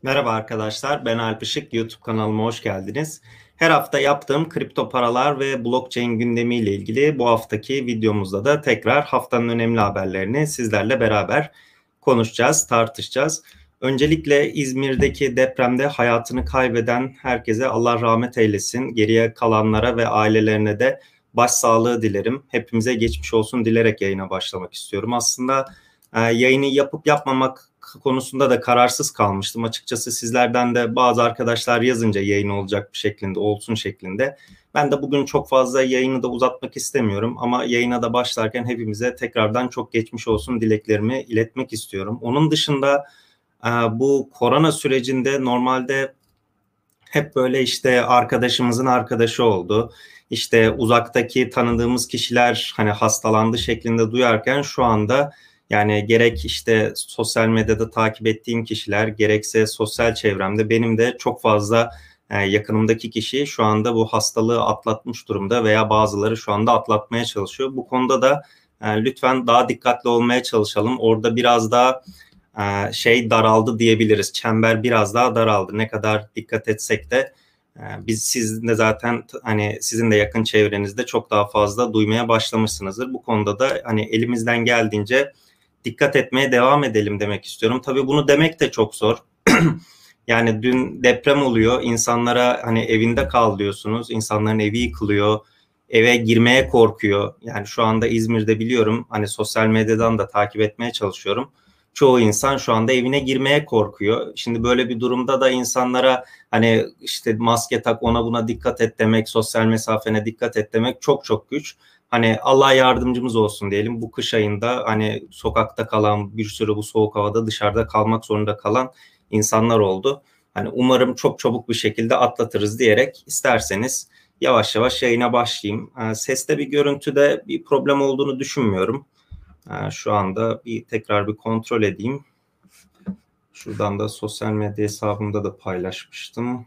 Merhaba arkadaşlar, ben Alp Işık. YouTube kanalıma hoş geldiniz. Her hafta yaptığım kripto paralar ve blockchain gündemiyle ilgili bu haftaki videomuzda da tekrar haftanın önemli haberlerini sizlerle beraber konuşacağız, tartışacağız. Öncelikle İzmir'deki depremde hayatını kaybeden herkese Allah rahmet eylesin. Geriye kalanlara ve ailelerine de başsağlığı dilerim. Hepimize geçmiş olsun dilerek yayına başlamak istiyorum. Aslında yayını yapıp yapmamak konusunda da kararsız kalmıştım. Açıkçası sizlerden de bazı arkadaşlar yazınca yayın olacak bir şeklinde, olsun şeklinde. Ben de bugün çok fazla yayını da uzatmak istemiyorum ama yayına da başlarken hepimize tekrardan çok geçmiş olsun dileklerimi iletmek istiyorum. Onun dışında bu korona sürecinde normalde hep böyle işte arkadaşımızın arkadaşı oldu. İşte uzaktaki tanıdığımız kişiler hani hastalandı şeklinde duyarken şu anda yani gerek işte sosyal medyada takip ettiğim kişiler gerekse sosyal çevremde benim de çok fazla yakınımdaki kişi şu anda bu hastalığı atlatmış durumda veya bazıları şu anda atlatmaya çalışıyor. Bu konuda da lütfen daha dikkatli olmaya çalışalım. Orada biraz daha şey daraldı diyebiliriz. Çember biraz daha daraldı. Ne kadar dikkat etsek de biz sizin de zaten hani sizin de yakın çevrenizde çok daha fazla duymaya başlamışsınızdır. Bu konuda da hani elimizden geldiğince dikkat etmeye devam edelim demek istiyorum. Tabii bunu demek de çok zor. Yani dün deprem oluyor. İnsanlara hani evinde kal diyorsunuz. İnsanların evi yıkılıyor. Eve girmeye korkuyor. Yani şu anda İzmir'de biliyorum hani sosyal medyadan da takip etmeye çalışıyorum. Çoğu insan şu anda evine girmeye korkuyor. Şimdi böyle bir durumda da insanlara hani işte maske tak ona buna dikkat et demek, sosyal mesafene dikkat et demek çok çok güç. Hani Allah yardımcımız olsun diyelim. Bu kış ayında hani sokakta kalan bir sürü bu soğuk havada dışarıda kalmak zorunda kalan insanlar oldu. Hani umarım çok çabuk bir şekilde atlatırız diyerek isterseniz yavaş yavaş yayına başlayayım. Seste bir görüntüde bir problem olduğunu düşünmüyorum. Şu anda tekrar bir kontrol edeyim. Şuradan da sosyal medya hesabımda da paylaşmıştım.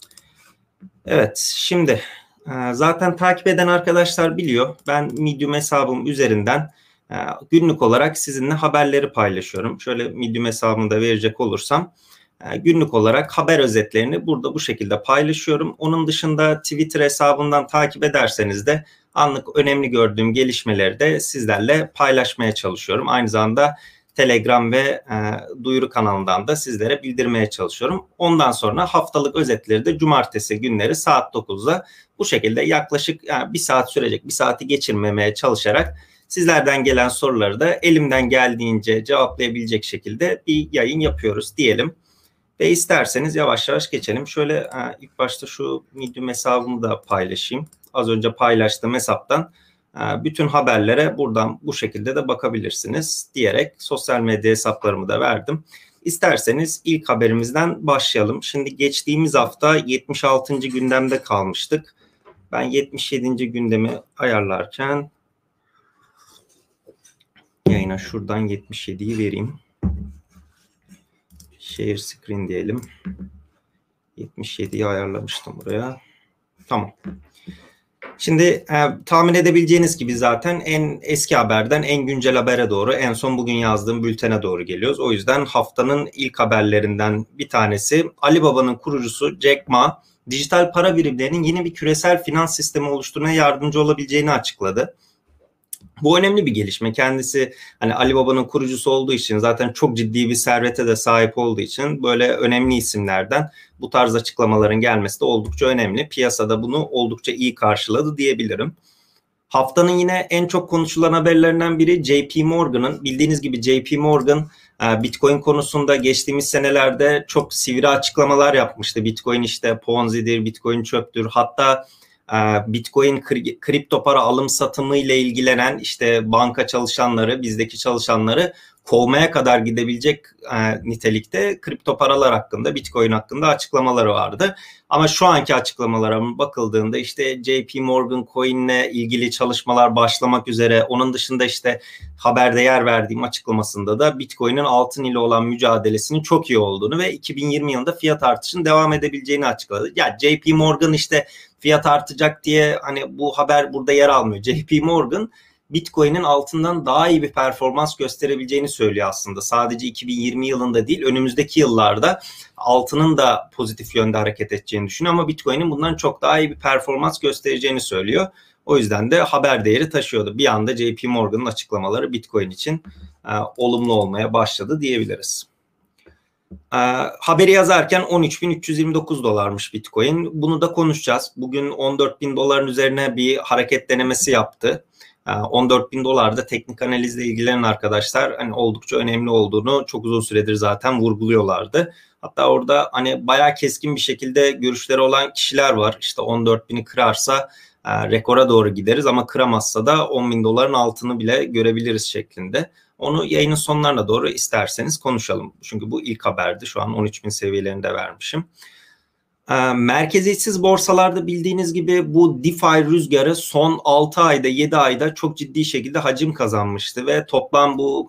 Evet, şimdi zaten takip eden arkadaşlar biliyor. Ben Medium hesabım üzerinden günlük olarak sizinle haberleri paylaşıyorum. Şöyle Medium hesabımı da verecek olursam günlük olarak haber özetlerini burada bu şekilde paylaşıyorum. Onun dışında Twitter hesabından takip ederseniz de anlık önemli gördüğüm gelişmeleri de sizlerle paylaşmaya çalışıyorum. Aynı zamanda Telegram ve duyuru kanalından da sizlere bildirmeye çalışıyorum. Ondan sonra haftalık özetleri de cumartesi günleri saat 9'da bu şekilde yaklaşık bir saat sürecek, bir saati geçirmemeye çalışarak sizlerden gelen soruları da elimden geldiğince cevaplayabilecek şekilde bir yayın yapıyoruz diyelim. Ve isterseniz yavaş yavaş geçelim. Şöyle ilk başta şu Medium hesabımı da paylaşayım. Az önce paylaştığım hesaptan bütün haberlere buradan bu şekilde de bakabilirsiniz diyerek sosyal medya hesaplarımı da verdim. İsterseniz ilk haberimizden başlayalım. Şimdi geçtiğimiz hafta 76. gündemde kalmıştık. Ben 77. gündemi ayarlarken yayına şuradan 77'yi vereyim. Share screen diyelim. 77'yi ayarlamıştım buraya. Tamam. Şimdi tahmin edebileceğiniz gibi zaten en eski haberden en güncel habere doğru en son bugün yazdığım bültene doğru geliyoruz. O yüzden haftanın ilk haberlerinden bir tanesi Alibaba'nın kurucusu Jack Ma dijital para birimlerinin yeni bir küresel finans sistemi oluşturmaya yardımcı olabileceğini açıkladı. Bu önemli bir gelişme. Kendisi hani Alibaba'nın kurucusu olduğu için zaten çok ciddi bir servete de sahip olduğu için böyle önemli isimlerden bu tarz açıklamaların gelmesi de oldukça önemli. Piyasada bunu oldukça iyi karşıladı diyebilirim. Haftanın yine en çok konuşulan haberlerinden biri JP Morgan'ın. Bildiğiniz gibi JP Morgan Bitcoin konusunda geçtiğimiz senelerde çok sivri açıklamalar yapmıştı. Bitcoin işte Ponzi'dir, Bitcoin çöptür. Hatta Bitcoin kripto para alım satımı ile ilgilenen işte banka çalışanları, bizdeki çalışanları kovmaya kadar gidebilecek nitelikte kripto paralar hakkında, Bitcoin hakkında açıklamaları vardı. Ama şu anki açıklamalara bakıldığında işte JP Morgan Coin'le ilgili çalışmalar başlamak üzere, onun dışında işte haberde yer verdiğim açıklamasında da Bitcoin'in altın ile olan mücadelesinin çok iyi olduğunu ve 2020 yılında fiyat artışının devam edebileceğini açıkladı. Ya JP Morgan işte fiyat artacak diye hani bu haber burada yer almıyor. JP Morgan Bitcoin'in altından daha iyi bir performans gösterebileceğini söylüyor aslında. Sadece 2020 yılında değil, önümüzdeki yıllarda altının da pozitif yönde hareket edeceğini düşünüyor ama Bitcoin'in bundan çok daha iyi bir performans göstereceğini söylüyor. O yüzden de haber değeri taşıyordu. Bir anda JP Morgan'ın açıklamaları Bitcoin için olumlu olmaya başladı diyebiliriz. Haberi yazarken 13.329 dolarmış Bitcoin. Bunu da konuşacağız. Bugün 14.000 doların üzerine bir hareket denemesi yaptı. 14.000 dolar da teknik analizle ilgilenen arkadaşlar hani oldukça önemli olduğunu çok uzun süredir zaten vurguluyorlardı. Hatta orada hani bayağı keskin bir şekilde görüşleri olan kişiler var. İşte 14.000'i kırarsa rekora doğru gideriz ama kıramazsa da 10.000 doların altını bile görebiliriz şeklinde. Onu yayının sonlarına doğru isterseniz konuşalım. Çünkü bu ilk haberdi. Şu an 13.000 seviyelerinde vermişim. Merkeziyetsiz borsalarda bildiğiniz gibi bu DeFi rüzgarı son 6 ayda 7 ayda çok ciddi şekilde hacim kazanmıştı ve toplam bu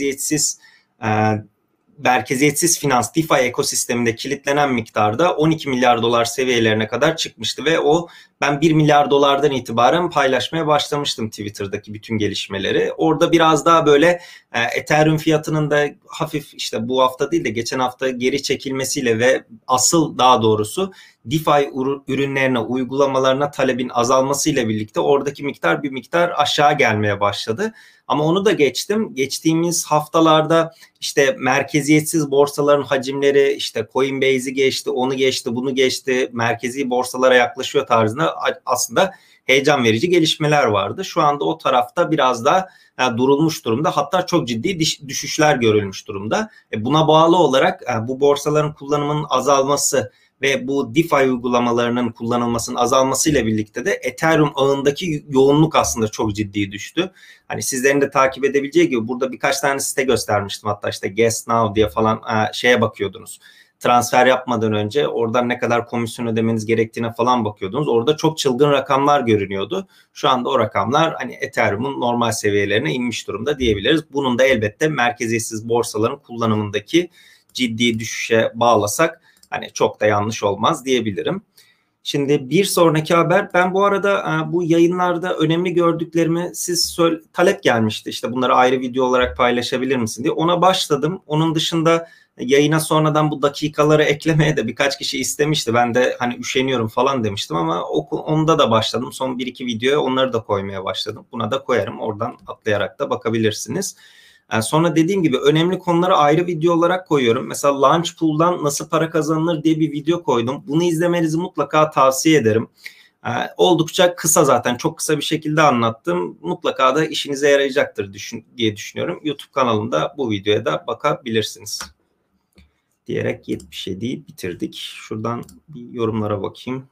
merkeziyetsiz finans DeFi ekosisteminde kilitlenen miktarda 12 milyar dolar seviyelerine kadar çıkmıştı ve ben 1 milyar dolardan itibaren paylaşmaya başlamıştım Twitter'daki bütün gelişmeleri. Orada biraz daha böyle Ethereum fiyatının da hafif işte bu hafta değil de geçen hafta geri çekilmesiyle ve asıl daha doğrusu DeFi ürünlerine, uygulamalarına talebin azalmasıyla birlikte oradaki bir miktar aşağı gelmeye başladı. Ama onu da geçtim. Geçtiğimiz haftalarda işte merkeziyetsiz borsaların hacimleri işte Coinbase'i geçti, onu geçti, bunu geçti, merkezi borsalara yaklaşıyor tarzında aslında heyecan verici gelişmeler vardı. Şu anda o tarafta biraz daha durulmuş durumda. Hatta çok ciddi düşüşler görülmüş durumda. Buna bağlı olarak bu borsaların kullanımının azalması ve bu DeFi uygulamalarının kullanılmasının azalmasıyla birlikte de Ethereum ağındaki yoğunluk aslında çok ciddi düştü. Hani sizlerin de takip edebileceği gibi burada birkaç tane site göstermiştim. Hatta işte Guess Now diye falan şeye bakıyordunuz. Transfer yapmadan önce oradan ne kadar komisyon ödemeniz gerektiğine falan bakıyordunuz. Orada çok çılgın rakamlar görünüyordu. Şu anda o rakamlar hani Ethereum'un normal seviyelerine inmiş durumda diyebiliriz. Bunun da elbette merkeziyetsiz borsaların kullanımındaki ciddi düşüşe bağlasak hani çok da yanlış olmaz diyebilirim. Şimdi bir sonraki haber, ben bu arada bu yayınlarda önemli gördüklerimi talep gelmişti. İşte bunları ayrı video olarak paylaşabilir misin diye. Ona başladım. Onun dışında yayına sonradan bu dakikaları eklemeye de birkaç kişi istemişti. Ben de hani üşeniyorum falan demiştim ama onda da başladım. Son 1-2 videoya onları da koymaya başladım. Buna da koyarım. Oradan atlayarak da bakabilirsiniz. Sonra dediğim gibi önemli konuları ayrı video olarak koyuyorum. Mesela Launchpool'dan nasıl para kazanılır diye bir video koydum. Bunu izlemenizi mutlaka tavsiye ederim. Oldukça kısa zaten çok kısa bir şekilde anlattım. Mutlaka da işinize yarayacaktır diye düşünüyorum. YouTube kanalımda bu videoya da bakabilirsiniz. Diyerek 77'yi bitirdik. Şuradan bir yorumlara bakayım.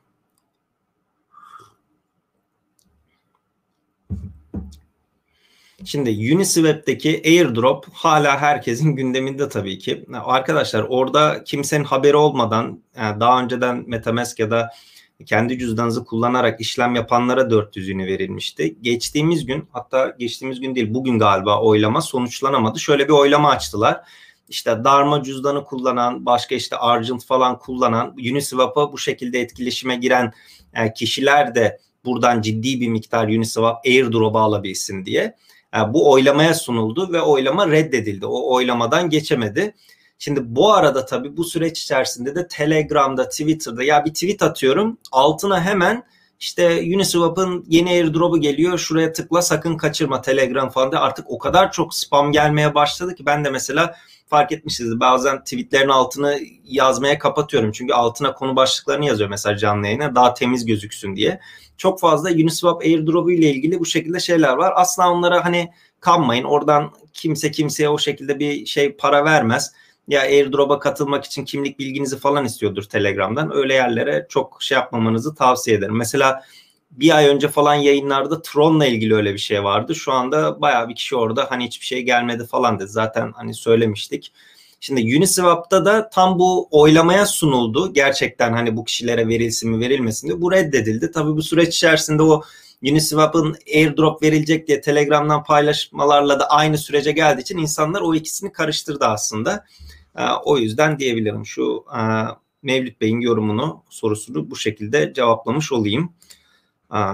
Şimdi Uniswap'teki airdrop hala herkesin gündeminde tabii ki. Arkadaşlar orada kimsenin haberi olmadan daha önceden MetaMask ya da kendi cüzdanınızı kullanarak işlem yapanlara 400 ünü verilmişti. Geçtiğimiz gün, hatta geçtiğimiz gün değil bugün galiba oylama sonuçlanamadı. Şöyle bir oylama açtılar. İşte Dharma cüzdanı kullanan, başka işte Argent falan kullanan, Uniswap'a bu şekilde etkileşime giren kişiler de buradan ciddi bir miktar Uniswap airdrop'u alabilsin diye. Bu oylamaya sunuldu ve oylama reddedildi. O oylamadan geçemedi. Şimdi bu arada tabii bu süreç içerisinde de Telegram'da, Twitter'da ya bir tweet atıyorum. Altına hemen işte Uniswap'ın yeni airdrop'u geliyor. Şuraya tıkla sakın kaçırma Telegram falan diye artık o kadar çok spam gelmeye başladı ki ben de mesela fark etmişsiniz. Bazen tweetlerin altını yazmaya kapatıyorum. Çünkü altına konu başlıklarını yazıyor mesela canlı yayına daha temiz gözüksün diye. Çok fazla Uniswap airdrop'u ile ilgili bu şekilde şeyler var. Asla onlara hani kanmayın. Oradan kimse kimseye o şekilde bir para vermez. Ya airdrop'a katılmak için kimlik bilginizi falan istiyordur Telegram'dan. Öyle yerlere çok yapmamanızı tavsiye ederim. Mesela bir ay önce falan yayınlarda Tron'la ilgili öyle bir şey vardı. Şu anda bayağı bir kişi orada hani hiçbir şey gelmedi falan dedi. Zaten hani söylemiştik. Şimdi Uniswap'ta da tam bu oylamaya sunuldu. Gerçekten hani bu kişilere verilsin mi verilmesin diye. Bu reddedildi. Tabii bu süreç içerisinde o Uniswap'ın airdrop verilecek diye Telegram'dan paylaşmalarla da aynı sürece geldiği için insanlar o ikisini karıştırdı aslında. O yüzden diyebilirim şu Mevlüt Bey'in sorusunu bu şekilde cevaplamış olayım.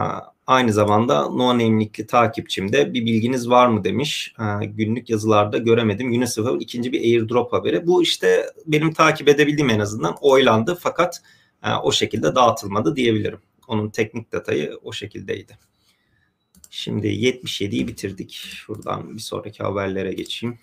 aynı zamanda no name'likli takipçimde bir bilginiz var mı demiş. Günlük yazılarda göremedim. Uniswap'ın ikinci bir airdrop haberi. Bu işte benim takip edebildiğim en azından oylandı fakat o şekilde dağıtılmadı diyebilirim. Onun teknik detayı o şekildeydi. Şimdi 77'yi bitirdik. Şuradan bir sonraki haberlere geçeyim.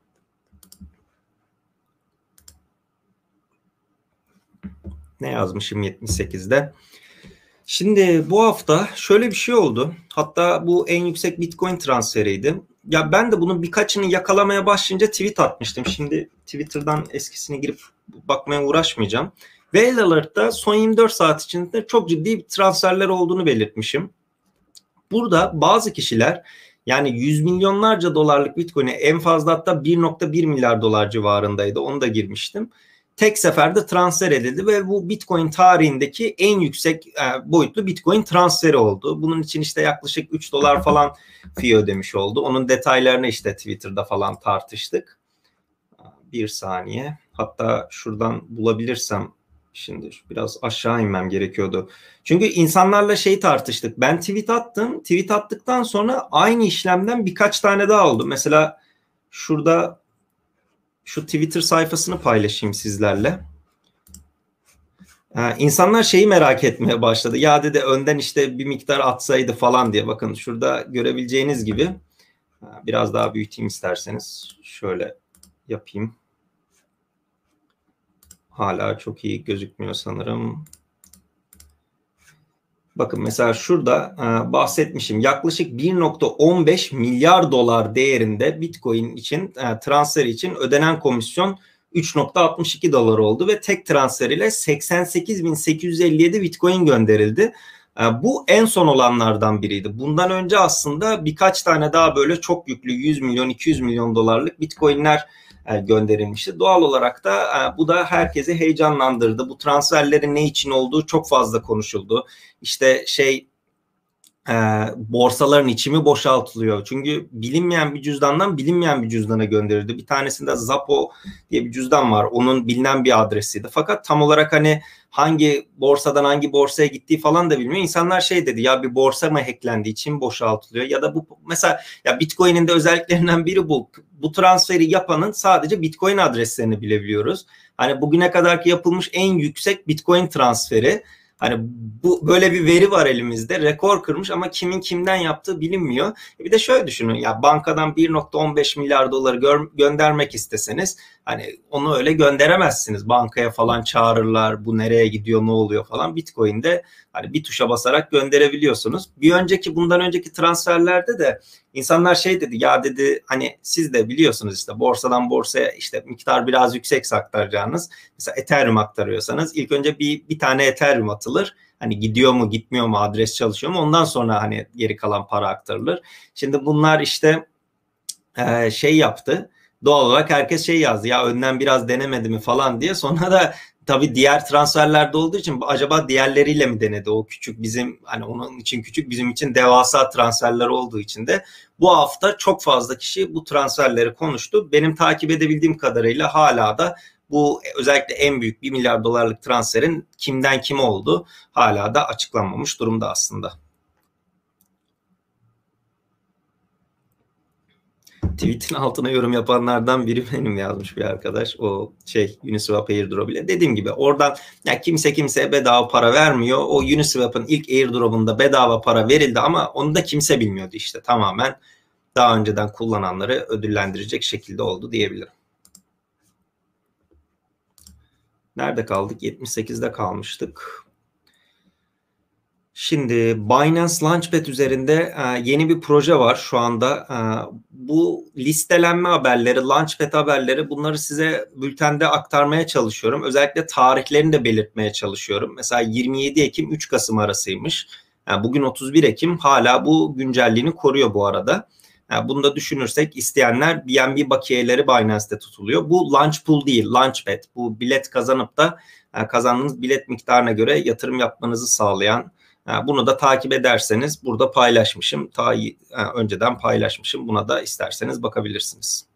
Ne yazmışım 78'de? Şimdi bu hafta şöyle bir şey oldu. Hatta bu en yüksek Bitcoin transferiydi. Ya ben de bunun birkaçını yakalamaya başlayınca tweet atmıştım. Şimdi Twitter'dan eskisini girip bakmaya uğraşmayacağım. Whale Alert'ta son 24 saat içinde çok ciddi transferler olduğunu belirtmişim. Burada bazı kişiler yani yüz milyonlarca dolarlık Bitcoin'e en fazla hatta 1,1 milyar dolar civarındaydı. Onu da girmiştim. Tek seferde transfer edildi ve bu Bitcoin tarihindeki en yüksek boyutlu Bitcoin transferi oldu. Bunun için işte yaklaşık 3 dolar falan fee ödemiş oldu. Onun detaylarını işte Twitter'da falan tartıştık. Bir saniye. Hatta şuradan bulabilirsem şimdi biraz aşağı inmem gerekiyordu. Çünkü insanlarla şey tartıştık. Ben tweet attım. Tweet attıktan sonra aynı işlemden birkaç tane daha oldu. Mesela şurada şu Twitter sayfasını paylaşayım sizlerle. İnsanlar şeyi merak etmeye başladı. Ya dedi önden işte bir miktar atsaydı falan diye. Bakın şurada görebileceğiniz gibi biraz daha büyüteyim isterseniz. Şöyle yapayım. Hala çok iyi gözükmüyor sanırım. Bakın mesela şurada bahsetmişim. Yaklaşık 1,15 milyar dolar değerinde Bitcoin için transfer için ödenen komisyon 3,62 dolar oldu ve tek transfer ile 88.857 Bitcoin gönderildi. Bu en son olanlardan biriydi. Bundan önce aslında birkaç tane daha böyle çok yüklü 100 milyon 200 milyon dolarlık Bitcoin'ler gönderilmişti. Doğal olarak da bu da herkesi heyecanlandırdı. Bu transferlerin ne için olduğu çok fazla konuşuldu. İşte borsaların içi mi boşaltılıyor? Çünkü bilinmeyen bir cüzdandan bilinmeyen bir cüzdana gönderildi. Bir tanesinde Zapo diye bir cüzdan var. Onun bilinen bir adresiydi. Fakat tam olarak hani hangi borsadan hangi borsaya gittiği falan da bilmiyor. İnsanlar şey dedi ya bir borsa mı hacklendiği için boşaltılıyor? Ya da bu mesela ya Bitcoin'in de özelliklerinden biri bu. Bu transferi yapanın sadece Bitcoin adreslerini bilebiliyoruz. Hani bugüne kadarki yapılmış en yüksek Bitcoin transferi. Hani bu böyle bir veri var elimizde. Rekor kırmış ama kimin kimden yaptığı bilinmiyor. Bir de şöyle düşünün ya bankadan 1,15 milyar doları göndermek isteseniz hani onu öyle gönderemezsiniz. Bankaya falan çağırırlar. Bu nereye gidiyor, ne oluyor falan. Bitcoin'de hani bir tuşa basarak gönderebiliyorsunuz. Bundan önceki transferlerde de insanlar şey dedi ya dedi hani siz de biliyorsunuz işte borsadan borsaya işte miktar biraz yüksekse aktaracağınız. Mesela Ethereum aktarıyorsanız ilk önce bir tane Ethereum atılır. Hani gidiyor mu gitmiyor mu adres çalışıyor mu ondan sonra hani geri kalan para aktarılır. Şimdi bunlar işte şey yaptı. Doğal olarak herkes şey yazdı ya önden biraz denemedi mi falan diye. Sonra da tabii diğer transferlerde olduğu için acaba diğerleriyle mi denedi? O küçük bizim hani onun için küçük bizim için devasa transferler olduğu için de bu hafta çok fazla kişi bu transferleri konuştu. Benim takip edebildiğim kadarıyla hala da bu özellikle en büyük 1 milyar dolarlık transferin kimden kime oldu hala da açıklanmamış durumda aslında. Tweet'in altına yorum yapanlardan biri benim yazmış bir arkadaş. O Uniswap airdrop ile. Dediğim gibi oradan ya kimseye bedava para vermiyor. O Uniswap'ın ilk airdrop'unda bedava para verildi ama onu da kimse bilmiyordu işte. Tamamen daha önceden kullananları ödüllendirecek şekilde oldu diyebilirim. Nerede kaldık? 78'de kalmıştık. Şimdi Binance Launchpad üzerinde yeni bir proje var şu anda. Bu listelenme haberleri, Launchpad haberleri bunları size bültende aktarmaya çalışıyorum. Özellikle tarihlerini de belirtmeye çalışıyorum. Mesela 27 Ekim 3 Kasım arasıymış. Bugün 31 Ekim hala bu güncelliğini koruyor bu arada. Bunu da düşünürsek isteyenler BNB bakiyeleri Binance'te tutuluyor. Bu Launch Pool değil, Launchpad. Bu bilet kazanıp da kazandığınız bilet miktarına göre yatırım yapmanızı sağlayan. Bunu da takip ederseniz burada paylaşmışım. Önceden paylaşmışım. Buna da isterseniz bakabilirsiniz.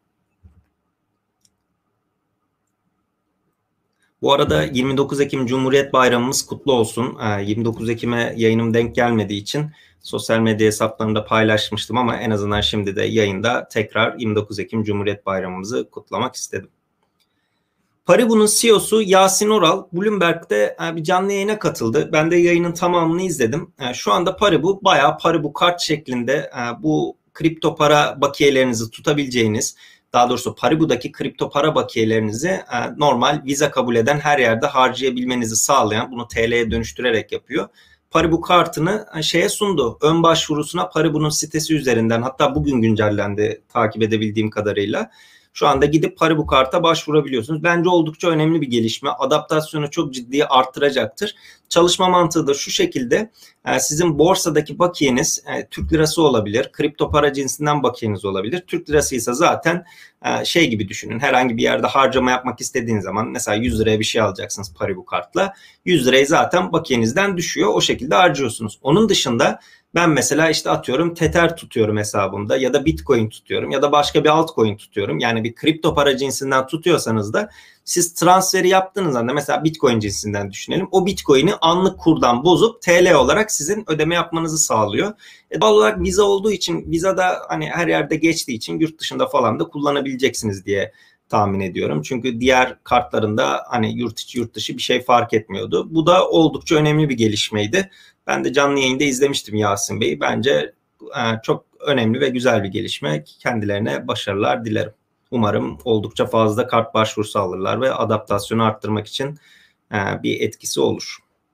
Bu arada 29 Ekim Cumhuriyet Bayramımız kutlu olsun. 29 Ekim'e yayınım denk gelmediği için sosyal medya hesaplarımda paylaşmıştım ama en azından şimdi de yayında tekrar 29 Ekim Cumhuriyet Bayramımızı kutlamak istedim. Paribu'nun CEO'su Yasin Oral Bloomberg'de bir canlı yayına katıldı. Ben de yayının tamamını izledim. Şu anda Paribu bayağı Paribu kart şeklinde bu kripto para bakiyelerinizi tutabileceğiniz, daha doğrusu Paribu'daki kripto para bakiyelerinizi normal Visa kabul eden her yerde harcayabilmenizi sağlayan, bunu TL'ye dönüştürerek yapıyor. Paribu kartını şeye sundu. Ön başvurusuna Paribu'nun sitesi üzerinden, hatta bugün güncellendi takip edebildiğim kadarıyla. Şu anda gidip Paribu karta başvurabiliyorsunuz. Bence oldukça önemli bir gelişme. Adaptasyonu çok ciddi arttıracaktır. Çalışma mantığı da şu şekilde. Sizin borsadaki bakiyeniz Türk lirası olabilir. Kripto para cinsinden bakiyeniz olabilir. Türk lirası ise zaten şey gibi düşünün. Herhangi bir yerde harcama yapmak istediğiniz zaman mesela 100 liraya bir şey alacaksınız Paribu kartla. 100 lirayı zaten bakiyenizden düşüyor. O şekilde harcıyorsunuz. Onun dışında ben mesela işte atıyorum Tether tutuyorum hesabımda ya da Bitcoin tutuyorum ya da başka bir altcoin tutuyorum. Yani bir kripto para cinsinden tutuyorsanız da siz transferi yaptığınız anda mesela Bitcoin cinsinden düşünelim. O Bitcoin'i anlık kurdan bozup TL olarak sizin ödeme yapmanızı sağlıyor. Doğal olarak Visa olduğu için, Visa da hani her yerde geçtiği için yurt dışında falan da kullanabileceksiniz diye tahmin ediyorum. Çünkü diğer kartlarında hani yurt içi yurt dışı bir şey fark etmiyordu. Bu da oldukça önemli bir gelişmeydi. Ben de canlı yayında izlemiştim Yasin Bey'i. Bence çok önemli ve güzel bir gelişme. Kendilerine başarılar dilerim. Umarım oldukça fazla kart başvurusu alırlar ve adaptasyonu arttırmak için bir etkisi olur.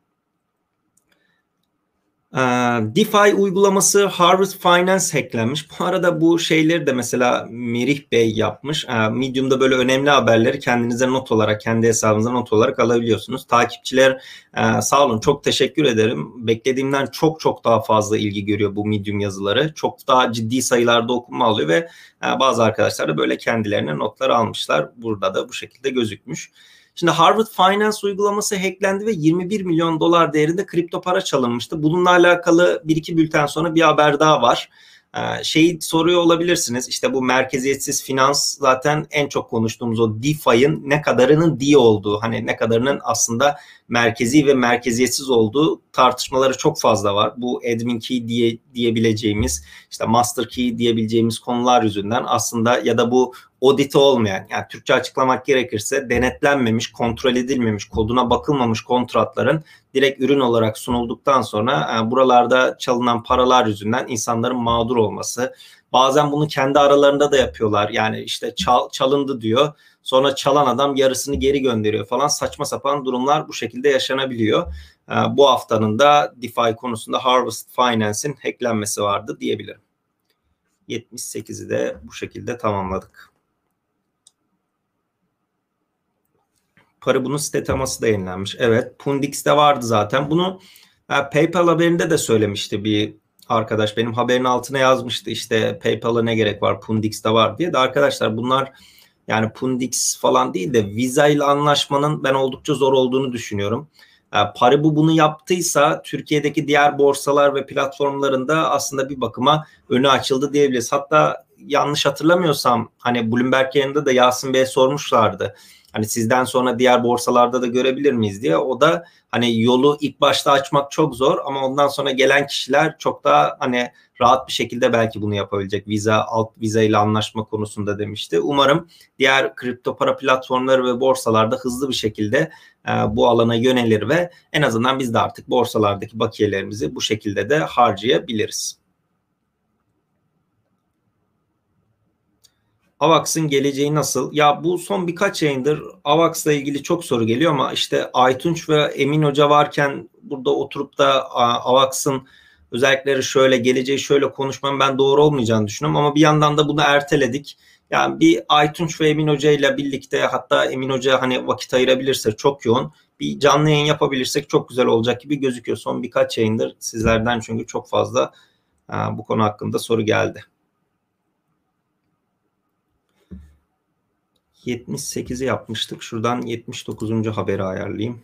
DeFi uygulaması Harvest Finance hacklenmiş. Bu arada bu şeyleri de mesela Merih Bey yapmış. Medium'da böyle önemli haberleri kendinize not olarak, kendi hesabınıza not olarak alabiliyorsunuz. Takipçiler sağ olun, çok teşekkür ederim. Beklediğimden çok daha fazla ilgi görüyor bu Medium yazıları. Çok daha ciddi sayılarda okunma alıyor ve bazı arkadaşlar da böyle kendilerine notlar almışlar. Burada da bu şekilde gözükmüş. Şimdi Harvard Finance uygulaması hacklendi ve 21 milyon dolar değerinde kripto para çalınmıştı. Bununla alakalı bir iki bülten sonra bir haber daha var. Şeyi soruyor olabilirsiniz. İşte bu merkeziyetsiz finans zaten en çok konuştuğumuz o DeFi'nin ne kadarının D olduğu, hani ne kadarının aslında merkezi ve merkeziyetsiz olduğu tartışmaları çok fazla var. Bu admin key diyebileceğimiz, işte master key diyebileceğimiz konular yüzünden aslında, ya da bu audit olmayan, yani Türkçe açıklamak gerekirse denetlenmemiş, kontrol edilmemiş, koduna bakılmamış kontratların direkt ürün olarak sunulduktan sonra buralarda çalınan paralar yüzünden insanların mağdur olması. Bazen bunu kendi aralarında da yapıyorlar. Yani işte çalındı diyor. Sonra çalan adam yarısını geri gönderiyor falan. Saçma sapan durumlar bu şekilde yaşanabiliyor. Bu haftanın da DeFi konusunda Harvest Finance'in hacklenmesi vardı diyebilirim. 78'i de bu şekilde tamamladık. Paribu'nun site teması da yenilenmiş. Evet, Pundix'te vardı zaten. Bunu PayPal haberinde de söylemişti bir arkadaş. Benim haberin altına yazmıştı işte PayPal'a ne gerek var, Pundix'te var diye. De arkadaşlar bunlar yani Pundix falan değil de Visa ile anlaşmanın ben oldukça zor olduğunu düşünüyorum. Paribu bunu yaptıysa Türkiye'deki diğer borsalar ve platformlarında aslında bir bakıma önü açıldı diyebiliriz. Hatta yanlış hatırlamıyorsam hani Bloomberg yayında da Yasin Bey'e sormuşlardı. Hani sizden sonra diğer borsalarda da görebilir miyiz diye. O da hani yolu ilk başta açmak çok zor ama ondan sonra gelen kişiler çok daha hani rahat bir şekilde belki bunu yapabilecek. Visa ile anlaşma konusunda demişti. Umarım diğer kripto para platformları ve borsalarda hızlı bir şekilde bu alana yönelir ve en azından biz de artık borsalardaki bakiyelerimizi bu şekilde de harcayabiliriz. AVAX'ın geleceği nasıl? Ya bu son birkaç yayındır AVAX'la ilgili çok soru geliyor ama işte Aytunç ve Emin Hoca varken burada oturup da AVAX'ın özellikleri şöyle, geleceği şöyle konuşmam ben doğru olmayacağını düşünüyorum ama bir yandan da bunu erteledik. Yani bir Aytunç ve Emin Hoca ile birlikte, hatta Emin Hoca hani vakit ayırabilirse, çok yoğun bir canlı yayın yapabilirsek çok güzel olacak gibi gözüküyor. Son birkaç yayındır sizlerden çünkü çok fazla bu konu hakkında soru geldi. 78'i yapmıştık. Şuradan 79. haberi ayarlayayım.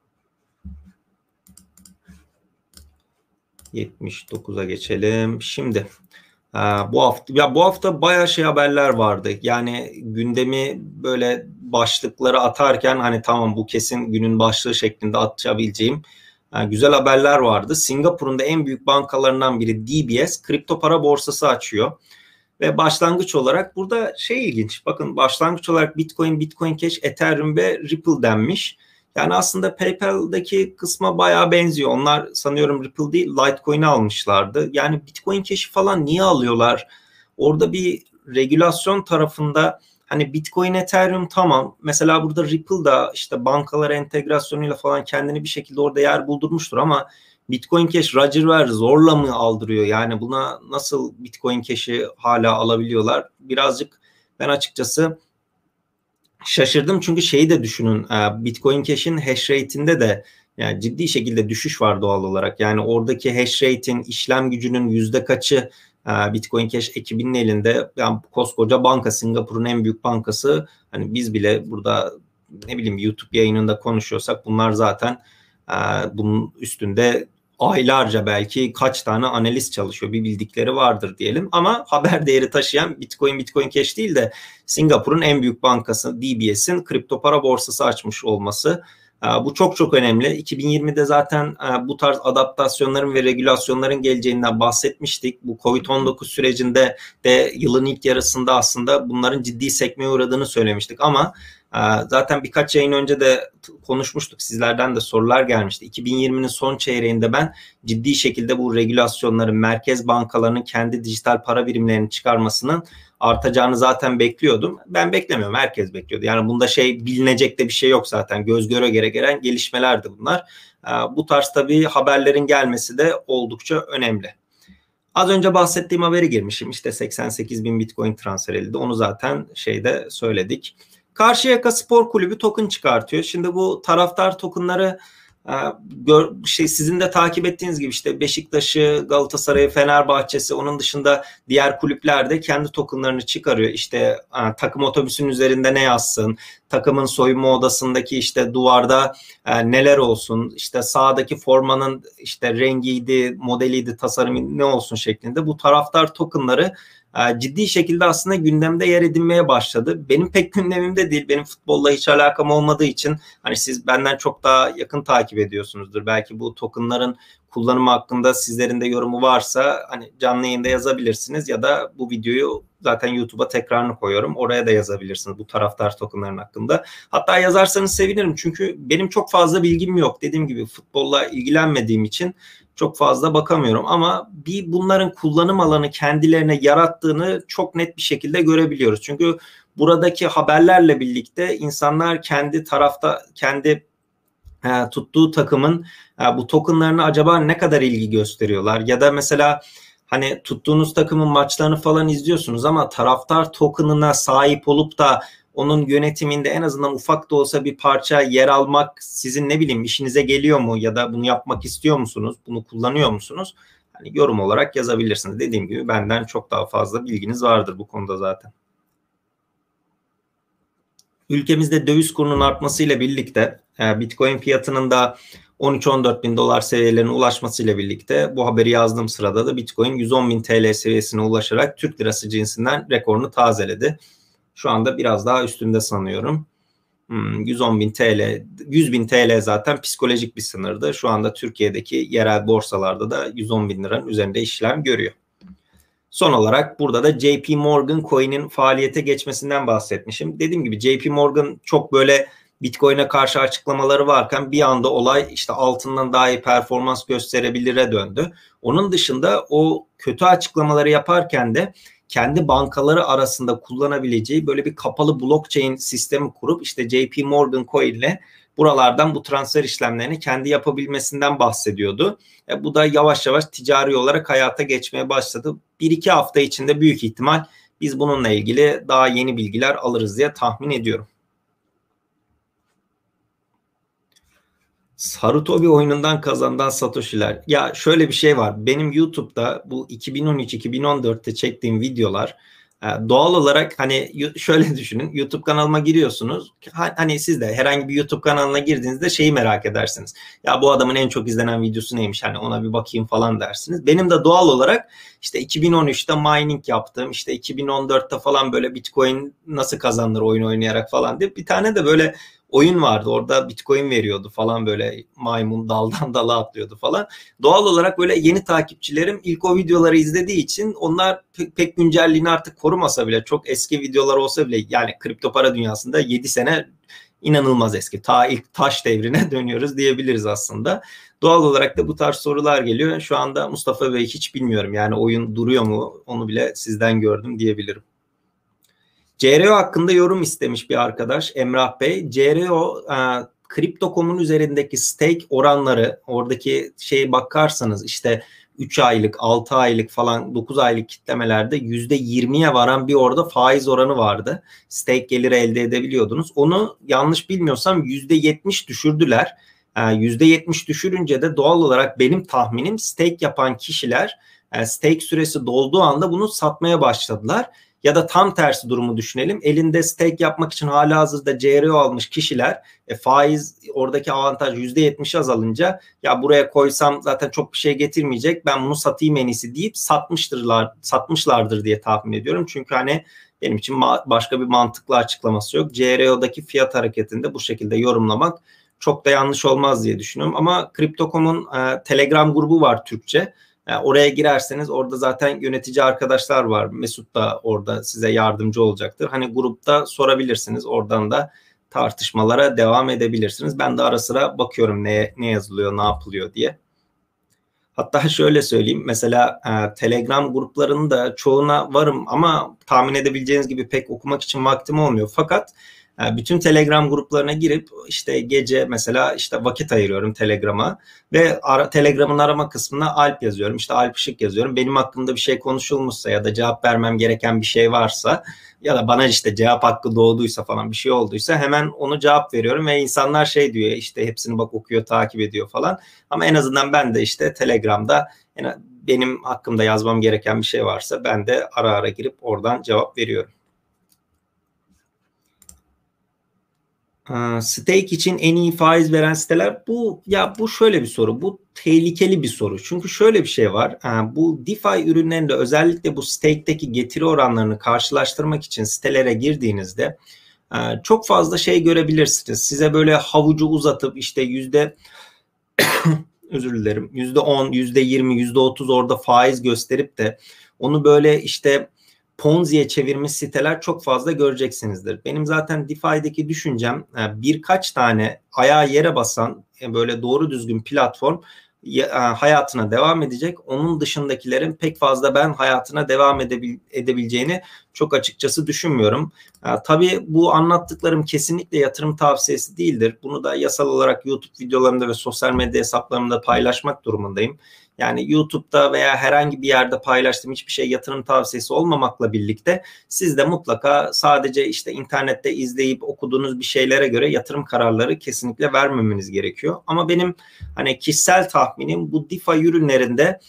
79'a geçelim. Şimdi bu hafta bayağı haberler vardı. Yani gündemi böyle başlıkları atarken hani tamam bu kesin günün başlığı şeklinde atabileceğim güzel haberler vardı. Singapur'un da en büyük bankalarından biri DBS kripto para borsası açıyor. Ve başlangıç olarak burada ilginç. Bakın başlangıç olarak Bitcoin, Bitcoin Cash, Ethereum ve Ripple denmiş. Yani aslında PayPal'daki kısma bayağı benziyor. Onlar sanıyorum Ripple değil Litecoin'i almışlardı. Yani Bitcoin Cash'i falan niye alıyorlar? Orada bir regülasyon tarafında hani Bitcoin, Ethereum tamam. Mesela burada Ripple da işte bankalara entegrasyonuyla falan kendini bir şekilde orada yer buldurmuştur ama Bitcoin Cash Roger Ver zorla mı aldırıyor? Yani buna nasıl Bitcoin Cash'i hala alabiliyorlar? Birazcık ben açıkçası şaşırdım çünkü şeyi de düşünün. Bitcoin Cash'in hash rate'inde de yani ciddi şekilde düşüş var doğal olarak. Yani oradaki hash rate'in işlem gücünün yüzde kaçı Bitcoin Cash ekibinin elinde. Yani koskoca banka, Singapur'un en büyük bankası. Hani biz bile burada ne bileyim YouTube yayınında konuşuyorsak bunlar zaten bunun üstünde aylarca belki kaç tane analist çalışıyor, bir bildikleri vardır diyelim. Ama haber değeri taşıyan Bitcoin Cash değil de Singapur'un en büyük bankası DBS'in kripto para borsası açmış olması. Bu çok çok önemli. 2020'de zaten bu tarz adaptasyonların ve regülasyonların geleceğinden bahsetmiştik. Bu Covid-19 sürecinde de yılın ilk yarısında aslında bunların ciddi sekmeye uğradığını söylemiştik. Ama zaten birkaç yayın önce de konuşmuştuk. Sizlerden de sorular gelmişti. 2020'nin son çeyreğinde ben ciddi şekilde bu regülasyonların, merkez bankalarının kendi dijital para birimlerini çıkarmasının artacağını zaten bekliyordum. Ben beklemiyorum. Herkes bekliyordu. Yani bunda bilinecek de bir şey yok zaten. Göz göre göre gelen gelişmelerdi bunlar. Bu tarz tabii haberlerin gelmesi de oldukça önemli. Az önce bahsettiğim haberi girmişim. İşte 88 bin Bitcoin transfer edildi. Onu zaten söyledik. Karşıyaka Spor Kulübü token çıkartıyor. Şimdi bu taraftar tokenları sizin de takip ettiğiniz gibi işte Beşiktaş'ı, Galatasaray'ı, Fenerbahçe'si, onun dışında diğer kulüpler de kendi tokenlarını çıkarıyor. İşte takım otobüsünün üzerinde ne yazsın, takımın soyunma odasındaki işte duvarda neler olsun, işte sahadaki formanın işte rengiydi, modeliydi, tasarımı ne olsun şeklinde bu taraftar tokenları ciddi şekilde aslında gündemde yer edinmeye başladı. Benim pek gündemimde değil. Benim futbolla hiç alakam olmadığı için hani siz benden çok daha yakın takip ediyorsunuzdur. Belki bu tokenların kullanımı hakkında sizlerin de yorumu varsa hani canlı yayında yazabilirsiniz ya da bu videoyu zaten YouTube'a tekrarını koyuyorum. Oraya da yazabilirsiniz bu taraftar tokenların hakkında. Hatta yazarsanız sevinirim çünkü benim çok fazla bilgim yok. Dediğim gibi futbolla ilgilenmediğim için çok fazla bakamıyorum ama bunların kullanım alanı kendilerine yarattığını çok net bir şekilde görebiliyoruz. Çünkü buradaki haberlerle birlikte insanlar kendi tuttuğu takımın bu tokenlarına acaba ne kadar ilgi gösteriyorlar ya da mesela hani tuttuğunuz takımın maçlarını falan izliyorsunuz ama taraftar tokenına sahip olup da onun yönetiminde en azından ufak da olsa bir parça yer almak sizin ne bileyim işinize geliyor mu ya da bunu yapmak istiyor musunuz? Bunu kullanıyor musunuz? Hani yorum olarak yazabilirsiniz. Dediğim gibi benden çok daha fazla bilginiz vardır bu konuda zaten. Ülkemizde döviz kurunun artmasıyla birlikte Bitcoin fiyatının da 13-14 bin dolar seviyelerine ulaşmasıyla birlikte bu haberi yazdığım sırada da Bitcoin 110 bin TL seviyesine ulaşarak Türk lirası cinsinden rekorunu tazeledi. Şu anda biraz daha üstünde sanıyorum. 110 bin TL, 100 bin TL zaten psikolojik bir sınırdı. Şu anda Türkiye'deki yerel borsalarda da 110 bin liranın üzerinde işlem görüyor. Son olarak burada da JP Morgan Coin'in faaliyete geçmesinden bahsetmişim. Dediğim gibi JP Morgan çok böyle Bitcoin'e karşı açıklamaları varken bir anda olay işte altından daha iyi performans gösterebilire döndü. Onun dışında o kötü açıklamaları yaparken de kendi bankaları arasında kullanabileceği böyle bir kapalı blockchain sistemi kurup işte JP Morgan Coin ile buralardan bu transfer işlemlerini kendi yapabilmesinden bahsediyordu. Bu da yavaş yavaş ticari olarak hayata geçmeye başladı. 1-2 hafta içinde büyük ihtimal biz bununla ilgili daha yeni bilgiler alırız diye tahmin ediyorum. Sarutobi oyunundan kazandan Satoshi'ler. Ya şöyle bir şey var. Benim YouTube'da bu 2013-2014'te çektiğim videolar doğal olarak hani şöyle düşünün. YouTube kanalıma giriyorsunuz. Hani siz de herhangi bir YouTube kanalına girdiğinizde şeyi merak edersiniz. Ya bu adamın en çok izlenen videosu neymiş? Hani ona bir bakayım falan dersiniz. Benim de doğal olarak işte 2013'te mining yaptım. İşte 2014'te falan böyle Bitcoin nasıl kazanılır oyun oynayarak falan diye bir tane de böyle oyun vardı. Orada Bitcoin veriyordu falan, böyle maymun daldan dala atlıyordu falan. Doğal olarak böyle yeni takipçilerim ilk o videoları izlediği için onlar pek güncelliğini artık korumasa bile, çok eski videolar olsa bile, yani kripto para dünyasında 7 sene inanılmaz eski. Ta ilk taş devrine dönüyoruz diyebiliriz aslında. Doğal olarak da bu tarz sorular geliyor. Şu anda Mustafa Bey hiç bilmiyorum. Yani oyun duruyor mu? Onu bile sizden gördüm diyebilirim. CRO hakkında yorum istemiş bir arkadaş Emrah Bey. CRO Crypto.com'un üzerindeki stake oranları, oradaki şeye bakarsanız işte 3 aylık, 6 aylık falan, 9 aylık kitlemelerde %20'ye varan bir orada faiz oranı vardı. Stake geliri elde edebiliyordunuz. Onu yanlış bilmiyorsam %70 düşürdüler. %70 düşürünce de doğal olarak benim tahminim stake yapan kişiler stake süresi dolduğu anda bunu satmaya başladılar. Ya da tam tersi durumu düşünelim. Elinde stake yapmak için halihazırda CRO almış kişiler faiz, oradaki avantaj %70 azalınca, ya buraya koysam zaten çok bir şey getirmeyecek, ben bunu satayım en iyisi deyip satmışlardır diye tahmin ediyorum. Çünkü hani benim için başka bir mantıklı açıklaması yok. CRO'daki fiyat hareketinde bu şekilde yorumlamak çok da yanlış olmaz diye düşünüyorum. Ama Crypto.com'un Telegram grubu var Türkçe. Yani oraya girerseniz orada zaten yönetici arkadaşlar var. Mesut da orada size yardımcı olacaktır. Hani grupta sorabilirsiniz. Oradan da tartışmalara devam edebilirsiniz. Ben de ara sıra bakıyorum ne yazılıyor, ne yapılıyor diye. Hatta şöyle söyleyeyim. Mesela Telegram gruplarının da çoğuna varım ama tahmin edebileceğiniz gibi pek okumak için vaktim olmuyor. Fakat bütün Telegram gruplarına girip işte gece mesela işte vakit ayırıyorum Telegram'a ve Telegram'ın arama kısmına Alp yazıyorum. İşte Alp Işık yazıyorum. Benim hakkımda bir şey konuşulmuşsa ya da cevap vermem gereken bir şey varsa ya da bana işte cevap hakkı doğduysa falan, bir şey olduysa hemen onu cevap veriyorum ve insanlar şey diyor, işte hepsini bak okuyor, takip ediyor falan. Ama en azından ben de işte Telegram'da benim hakkımda yazmam gereken bir şey varsa ben de ara ara girip oradan cevap veriyorum. Stake için en iyi faiz veren siteler, bu şöyle bir soru. Bu tehlikeli bir soru. Çünkü şöyle bir şey var. Bu DeFi ürünlerinde özellikle bu stake'deki getiri oranlarını karşılaştırmak için sitelere girdiğinizde çok fazla şey görebilirsiniz. Size böyle havucu uzatıp işte özür dilerim, %10, %20, %30 orada faiz gösterip de onu böyle işte Ponzi'ye çevirmiş siteler çok fazla göreceksinizdir. Benim zaten DeFi'deki düşüncem birkaç tane ayağı yere basan böyle doğru düzgün platform hayatına devam edecek. Onun dışındakilerin pek fazla ben hayatına devam edebileceğini çok açıkçası düşünmüyorum. Tabii bu anlattıklarım kesinlikle yatırım tavsiyesi değildir. Bunu da yasal olarak YouTube videolarımda ve sosyal medya hesaplarımda paylaşmak durumundayım. Yani YouTube'da veya herhangi bir yerde paylaştığım hiçbir şey yatırım tavsiyesi olmamakla birlikte siz de mutlaka sadece işte internette izleyip okuduğunuz bir şeylere göre yatırım kararları kesinlikle vermemeniz gerekiyor. Ama benim hani kişisel tahminim bu DeFi ürünlerinde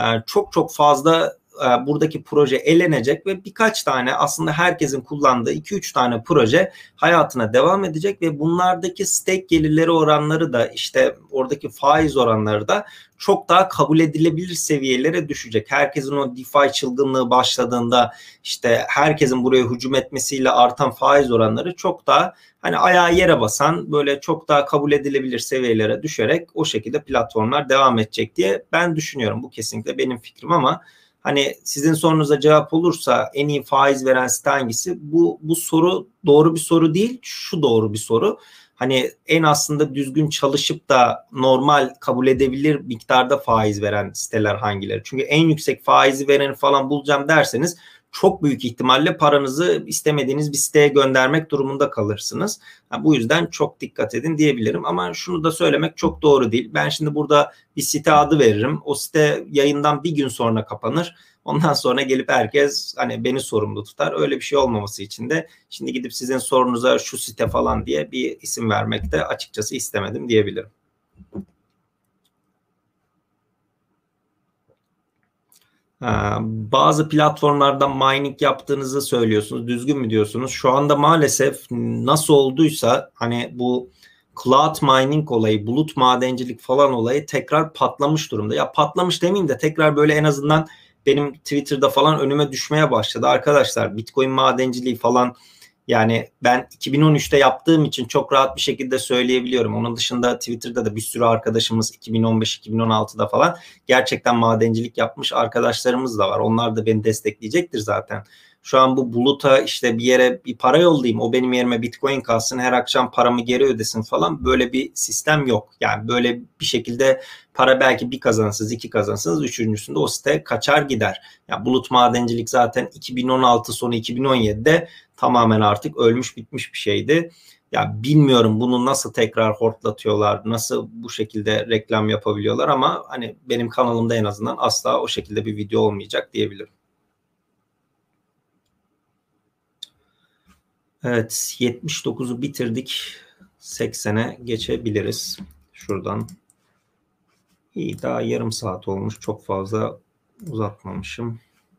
çok fazla buradaki proje elenecek ve birkaç tane aslında herkesin kullandığı 2-3 tane proje hayatına devam edecek ve bunlardaki stake gelirleri oranları da işte oradaki faiz oranları da çok daha kabul edilebilir seviyelere düşecek. Herkesin o DeFi çılgınlığı başladığında işte herkesin buraya hücum etmesiyle artan faiz oranları çok daha hani ayağı yere basan, böyle çok daha kabul edilebilir seviyelere düşerek o şekilde platformlar devam edecek diye ben düşünüyorum. Bu kesinlikle benim fikrim ama hani sizin sorunuza cevap olursa en iyi faiz veren site hangisi? Bu soru doğru bir soru değil. Şu doğru bir soru. Hani en aslında düzgün çalışıp da normal kabul edebilir miktarda faiz veren siteler hangileri? Çünkü en yüksek faizi vereni falan bulacağım derseniz çok büyük ihtimalle paranızı istemediğiniz bir siteye göndermek durumunda kalırsınız. Bu yüzden çok dikkat edin diyebilirim. Ama şunu da söylemek çok doğru değil. Ben şimdi burada bir site adı veririm. O site yayından bir gün sonra kapanır. Ondan sonra gelip herkes hani beni sorumlu tutar. Öyle bir şey olmaması için de şimdi gidip sizin sorunuza şu site falan diye bir isim vermek de açıkçası istemedim diyebilirim. Bazı platformlardan mining yaptığınızı söylüyorsunuz. Düzgün mü diyorsunuz? Şu anda maalesef nasıl olduysa hani bu cloud mining olayı, bulut madencilik falan olayı tekrar patlamış durumda. Ya patlamış demeyeyim de tekrar böyle en azından benim Twitter'da falan önüme düşmeye başladı. Arkadaşlar Bitcoin madenciliği falan Yani ben 2013'te yaptığım için çok rahat bir şekilde söyleyebiliyorum. Onun dışında Twitter'da da bir sürü arkadaşımız 2015-2016'da falan gerçekten madencilik yapmış arkadaşlarımız da var. Onlar da beni destekleyecektir zaten. Şu an bu buluta işte bir yere bir para yollayayım, o benim yerime Bitcoin kalsın, her akşam paramı geri ödesin falan, böyle bir sistem yok. Yani böyle bir şekilde para belki bir kazanırsınız, iki kazanırsınız, üçüncüsünde o site kaçar gider. Yani bulut madencilik zaten 2016 sonu 2017'de tamamen artık ölmüş bitmiş bir şeydi. Ya bilmiyorum bunu nasıl tekrar hortlatıyorlar, nasıl bu şekilde reklam yapabiliyorlar, ama hani benim kanalımda en azından asla o şekilde bir video olmayacak diyebilirim. Evet, 79'u bitirdik. 80'e geçebiliriz. Şuradan. İyi, daha yarım saat olmuş. Çok fazla uzatmamışım.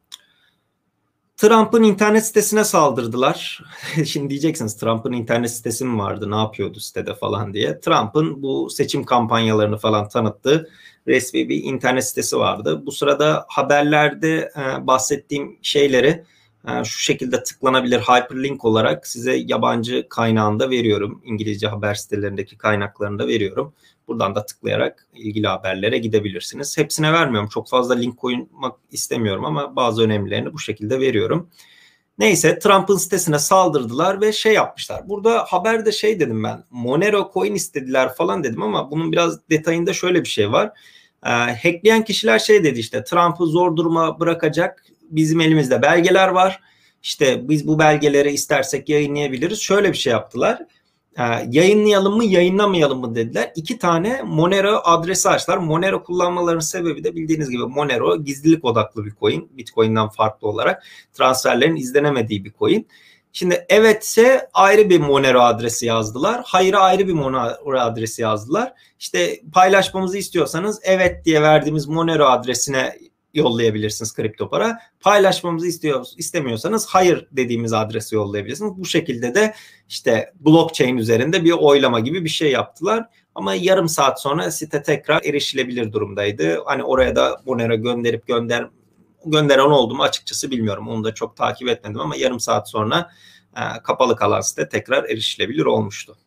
Trump'ın internet sitesine saldırdılar. Şimdi diyeceksiniz, Trump'ın internet sitesi mi vardı, ne yapıyordu sitede falan diye. Trump'ın bu seçim kampanyalarını falan tanıttığı resmi bir internet sitesi vardı. Bu sırada haberlerde bahsettiğim şeyleri şu şekilde tıklanabilir hyperlink olarak size yabancı kaynağında veriyorum. İngilizce haber sitelerindeki kaynaklarını da veriyorum. Buradan da tıklayarak ilgili haberlere gidebilirsiniz. Hepsine vermiyorum. Çok fazla link koymak istemiyorum ama bazı önemlilerini bu şekilde veriyorum. Neyse, Trump'ın sitesine saldırdılar ve şey yapmışlar. Burada haberde şey dedim ben. Monero coin istediler falan dedim ama bunun biraz detayında şöyle bir şey var. Hackleyen kişiler şey dedi, işte Trump'ı zor duruma bırakacak bizim elimizde belgeler var. İşte biz bu belgeleri istersek yayınlayabiliriz. Şöyle bir şey yaptılar. Yayınlayalım mı yayınlamayalım mı dediler. 2 tane Monero adresi açtılar. Monero kullanmalarının sebebi de bildiğiniz gibi Monero gizlilik odaklı bir coin. Bitcoin'den farklı olarak transferlerin izlenemediği bir coin. Şimdi evetse ayrı bir Monero adresi yazdılar. Hayır'a ayrı bir Monero adresi yazdılar. İşte paylaşmamızı istiyorsanız evet diye verdiğimiz Monero adresine yollayabilirsiniz kripto para. Paylaşmamızı istemiyorsanız hayır dediğimiz adresi yollayabilirsiniz. Bu şekilde de işte blockchain üzerinde bir oylama gibi bir şey yaptılar. Ama yarım saat sonra site tekrar erişilebilir durumdaydı. Hani oraya da Monero gönderip gönderen oldu mu açıkçası bilmiyorum. Onu da çok takip etmedim ama yarım saat sonra kapalı kalan site tekrar erişilebilir olmuştu.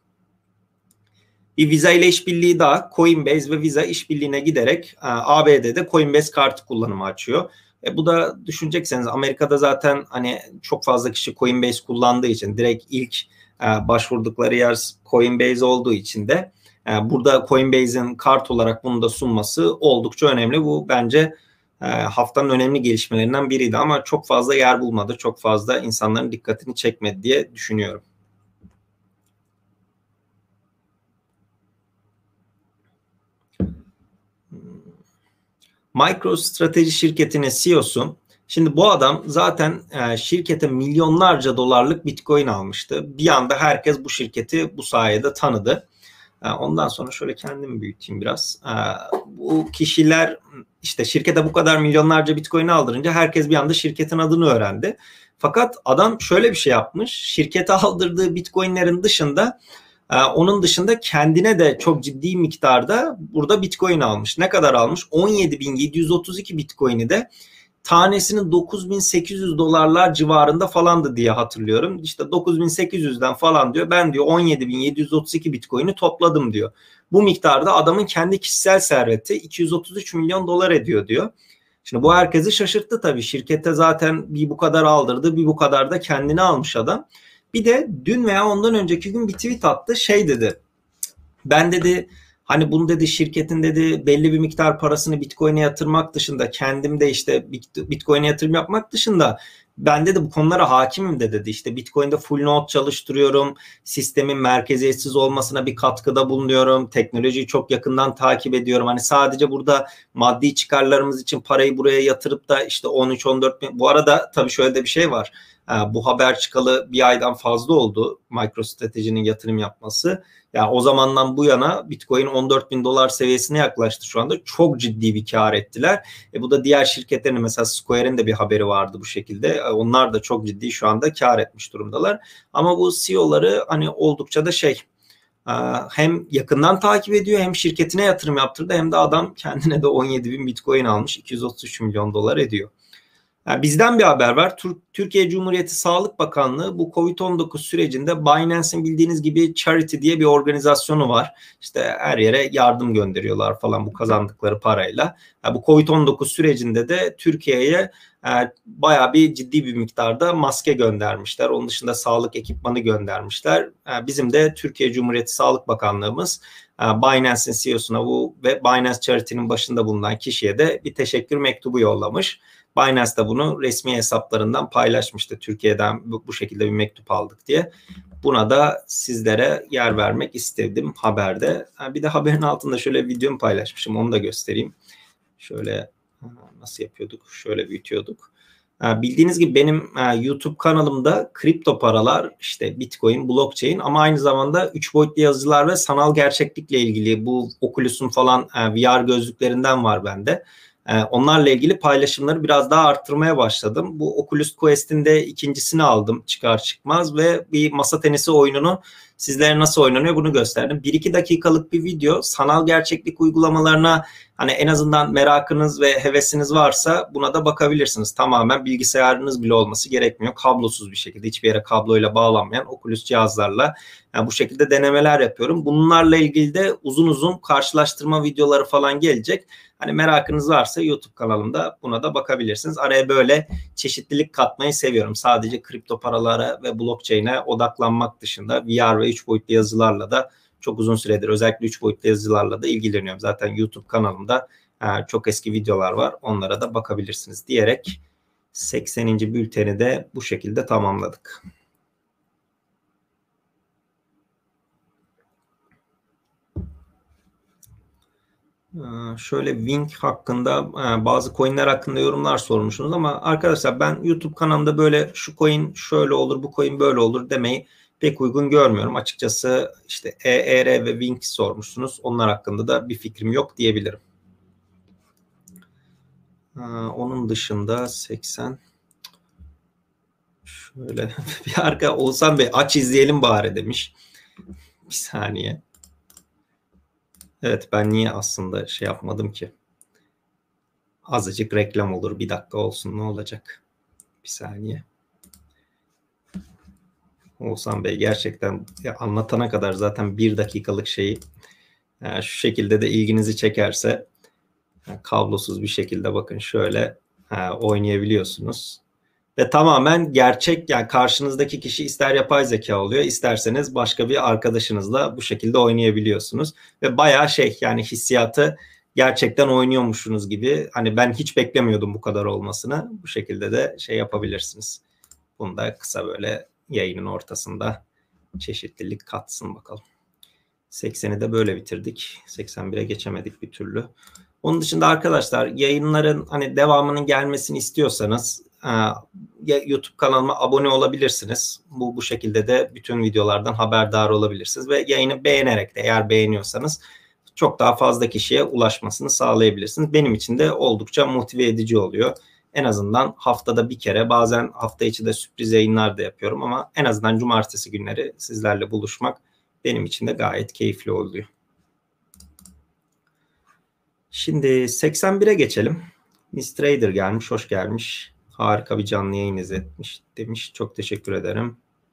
Bir Visa ile işbirliği daha, Coinbase ve Visa işbirliğine giderek ABD'de Coinbase kartı kullanımı açıyor. Bu da düşünecekseniz Amerika'da zaten hani çok fazla kişi Coinbase kullandığı için direkt ilk başvurdukları yer Coinbase olduğu için de burada Coinbase'in kart olarak bunu da sunması oldukça önemli. Bu bence haftanın önemli gelişmelerinden biriydi ama çok fazla yer bulmadı. Çok fazla insanların dikkatini çekmedi diye düşünüyorum. MicroStrateji şirketinin CEO'su. Şimdi bu adam zaten şirkete milyonlarca dolarlık Bitcoin almıştı. Bir anda herkes bu şirketi bu sayede tanıdı. Ondan sonra şöyle kendimi büyüteyim biraz. Bu kişiler işte şirkete bu kadar milyonlarca Bitcoin aldırınca herkes bir anda şirketin adını öğrendi. Fakat adam şöyle bir şey yapmış. Şirkete aldırdığı Bitcoin'lerin dışında onun dışında kendine de çok ciddi miktarda burada Bitcoin almış. Ne kadar almış? 17.732 Bitcoin'i de tanesinin 9.800 dolarlar civarında falandı diye hatırlıyorum. İşte 9.800'den falan diyor. Ben diyor 17.732 Bitcoin'i topladım diyor. Bu miktarda adamın kendi kişisel serveti 233 milyon dolar ediyor diyor. Şimdi bu herkesi şaşırttı tabii. Şirkete zaten bir bu kadar aldırdı, bir bu kadar da kendini almış adam. Bir de dün veya ondan önceki gün bir tweet attı, şey dedi. Ben dedi hani bunu dedi şirketin dedi belli bir miktar parasını Bitcoin'e yatırmak dışında, kendim de işte Bitcoin'e yatırım yapmak dışında ben dedi bu konulara hakimim de dedi. İşte Bitcoin'de full node çalıştırıyorum. Sistemin merkeziyetsiz olmasına bir katkıda bulunuyorum. Teknolojiyi çok yakından takip ediyorum. Hani sadece burada maddi çıkarlarımız için parayı buraya yatırıp da işte 13-14 bin. Bu arada tabii şöyle de bir şey var. Bu haber çıkalı bir aydan fazla oldu MicroStrategy'nin yatırım yapması. Yani o zamandan bu yana Bitcoin 14 bin dolar seviyesine yaklaştı şu anda. Çok ciddi bir kar ettiler. Bu da diğer şirketlerin, mesela Square'in de bir haberi vardı bu şekilde. Onlar da çok ciddi şu anda kar etmiş durumdalar. Ama bu CEO'ları hani oldukça da hem yakından takip ediyor, hem şirketine yatırım yaptırdı, hem de adam kendine de 17 bin Bitcoin almış, 233 milyon dolar ediyor. Bizden bir haber var. Türkiye Cumhuriyeti Sağlık Bakanlığı bu Covid-19 sürecinde Binance'in bildiğiniz gibi Charity diye bir organizasyonu var. İşte her yere yardım gönderiyorlar falan bu kazandıkları parayla. Bu Covid-19 sürecinde de Türkiye'ye bayağı bir ciddi bir miktarda maske göndermişler. Onun dışında sağlık ekipmanı göndermişler. Bizim de Türkiye Cumhuriyeti Sağlık Bakanlığımız Binance'in CEO'suna ve Binance Charity'nin başında bulunan kişiye de bir teşekkür mektubu yollamış. Binance de bunu resmi hesaplarından paylaşmıştı. Türkiye'den bu şekilde bir mektup aldık diye. Buna da sizlere yer vermek istedim haberde. Bir de haberin altında şöyle bir videomu paylaşmışım. Onu da göstereyim. Şöyle nasıl yapıyorduk? Şöyle büyütüyorduk. Bildiğiniz gibi benim YouTube kanalımda kripto paralar, işte Bitcoin, blockchain ama aynı zamanda 3 boyutlu yazıcılar ve sanal gerçeklikle ilgili bu Oculus'un falan VR gözlüklerinden var bende. Onlarla ilgili paylaşımları biraz daha arttırmaya başladım. Bu Oculus Quest'in de ikincisini aldım çıkar çıkmaz ve bir masa tenisi oyununu sizlere nasıl oynanıyor bunu gösterdim. 1-2 dakikalık bir video, sanal gerçeklik uygulamalarına hani en azından merakınız ve hevesiniz varsa buna da bakabilirsiniz. Tamamen bilgisayarınız bile olması gerekmiyor. Kablosuz bir şekilde, hiçbir yere kabloyla bağlanmayan Oculus cihazlarla bu şekilde denemeler yapıyorum. Bunlarla ilgili de uzun uzun karşılaştırma videoları falan gelecek. Hani merakınız varsa YouTube kanalımda buna da bakabilirsiniz. Araya böyle çeşitlilik katmayı seviyorum. Sadece kripto paralara ve blockchain'e odaklanmak dışında VR ve 3 boyutlu yazılarla da çok uzun süredir özellikle 3 boyutlu yazılarla da ilgileniyorum. Zaten YouTube kanalımda çok eski videolar var. Onlara da bakabilirsiniz diyerek 80. bülteni de bu şekilde tamamladık. Şöyle Wink hakkında bazı coinler hakkında yorumlar sormuşsunuz ama arkadaşlar ben YouTube kanalımda böyle şu coin şöyle olur bu coin böyle olur demeyi pek uygun görmüyorum. Açıkçası işte EER ve Wink sormuşsunuz. Onlar hakkında da bir fikrim yok diyebilirim. Onun dışında 80 şöyle bir arka Oğuzhan Bey aç izleyelim bari demiş. Bir saniye. Evet ben niye aslında şey yapmadım ki? Azıcık reklam olur. Bir dakika olsun ne olacak? Bir saniye. Oğuzhan Bey gerçekten anlatana kadar zaten 1 dakikalık şeyi şu şekilde de ilginizi çekerse kablosuz bir şekilde bakın şöyle oynayabiliyorsunuz. Ve tamamen gerçek yani karşınızdaki kişi ister yapay zeka oluyor isterseniz başka bir arkadaşınızla bu şekilde oynayabiliyorsunuz. Ve bayağı yani hissiyatı gerçekten oynuyormuşsunuz gibi. Hani ben hiç beklemiyordum bu kadar olmasını. Bu şekilde de yapabilirsiniz. Bunu da kısa böyle yayının ortasında çeşitlilik katsın bakalım. 80'i de böyle bitirdik. 81'e geçemedik bir türlü. Onun dışında arkadaşlar yayınların hani devamının gelmesini istiyorsanız YouTube kanalıma abone olabilirsiniz. Bu şekilde de bütün videolardan haberdar olabilirsiniz ve yayını beğenerek de eğer beğeniyorsanız çok daha fazla kişiye ulaşmasını sağlayabilirsiniz. Benim için de oldukça motive edici oluyor. En azından haftada bir kere bazen hafta içi de sürpriz yayınlar da yapıyorum ama en azından cumartesi günleri sizlerle buluşmak benim için de gayet keyifli oluyor. Şimdi 81'e geçelim. Miss Trader gelmiş, hoş gelmiş. Harika bir canlı yayın izletmiş demiş. Çok teşekkür ederim.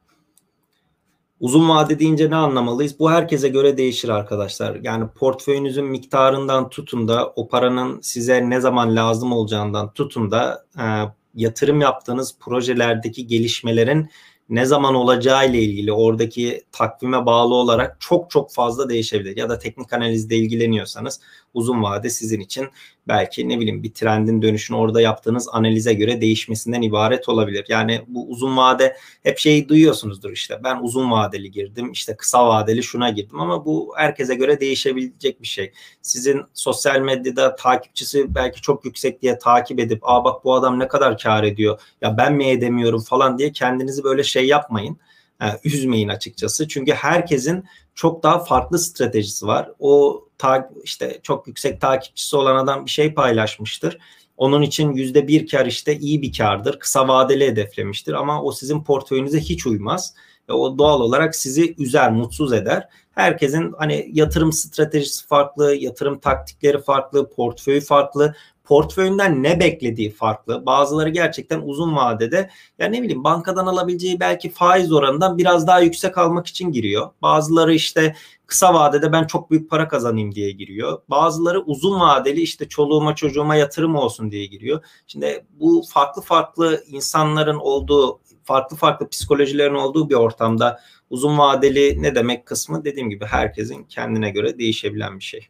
Uzun vade deyince ne anlamalıyız? Bu herkese göre değişir arkadaşlar. Yani portföyünüzün miktarından tutun da o paranın size ne zaman lazım olacağından tutun da yatırım yaptığınız projelerdeki gelişmelerin ne zaman olacağı ile ilgili oradaki takvime bağlı olarak çok fazla değişebilir. Ya da teknik analizle ilgileniyorsanız uzun vade sizin için belki ne bileyim bir trendin dönüşünü orada yaptığınız analize göre değişmesinden ibaret olabilir. Yani bu uzun vade hep şeyi duyuyorsunuzdur işte ben uzun vadeli girdim işte kısa vadeli şuna girdim ama bu herkese göre değişebilecek bir şey. Sizin sosyal medyada takipçisi belki çok yüksek diye takip edip bak bu adam ne kadar kar ediyor ya ben mi edemiyorum falan diye kendinizi böyle yapmayın. Üzmeyin açıkçası. Çünkü herkesin çok daha farklı stratejisi var. O işte çok yüksek takipçisi olan adam bir şey paylaşmıştır. Onun için %1 kar işte iyi bir kardır. Kısa vadeli hedeflemiştir ama o sizin portföyünüze hiç uymaz. O doğal olarak sizi üzer, mutsuz eder. Herkesin hani yatırım stratejisi farklı, yatırım taktikleri farklı, portföyü farklı. portföyünden ne beklediği farklı. Bazıları gerçekten uzun vadede ya ne bileyim bankadan alabileceği belki faiz oranından biraz daha yüksek almak için giriyor. Bazıları işte kısa vadede ben çok büyük para kazanayım diye giriyor. Bazıları uzun vadeli işte çoluğuma çocuğuma yatırım olsun diye giriyor. Şimdi bu farklı farklı insanların olduğu, farklı farklı psikolojilerin olduğu bir ortamda uzun vadeli ne demek kısmı dediğim gibi herkesin kendine göre değişebilen bir şey.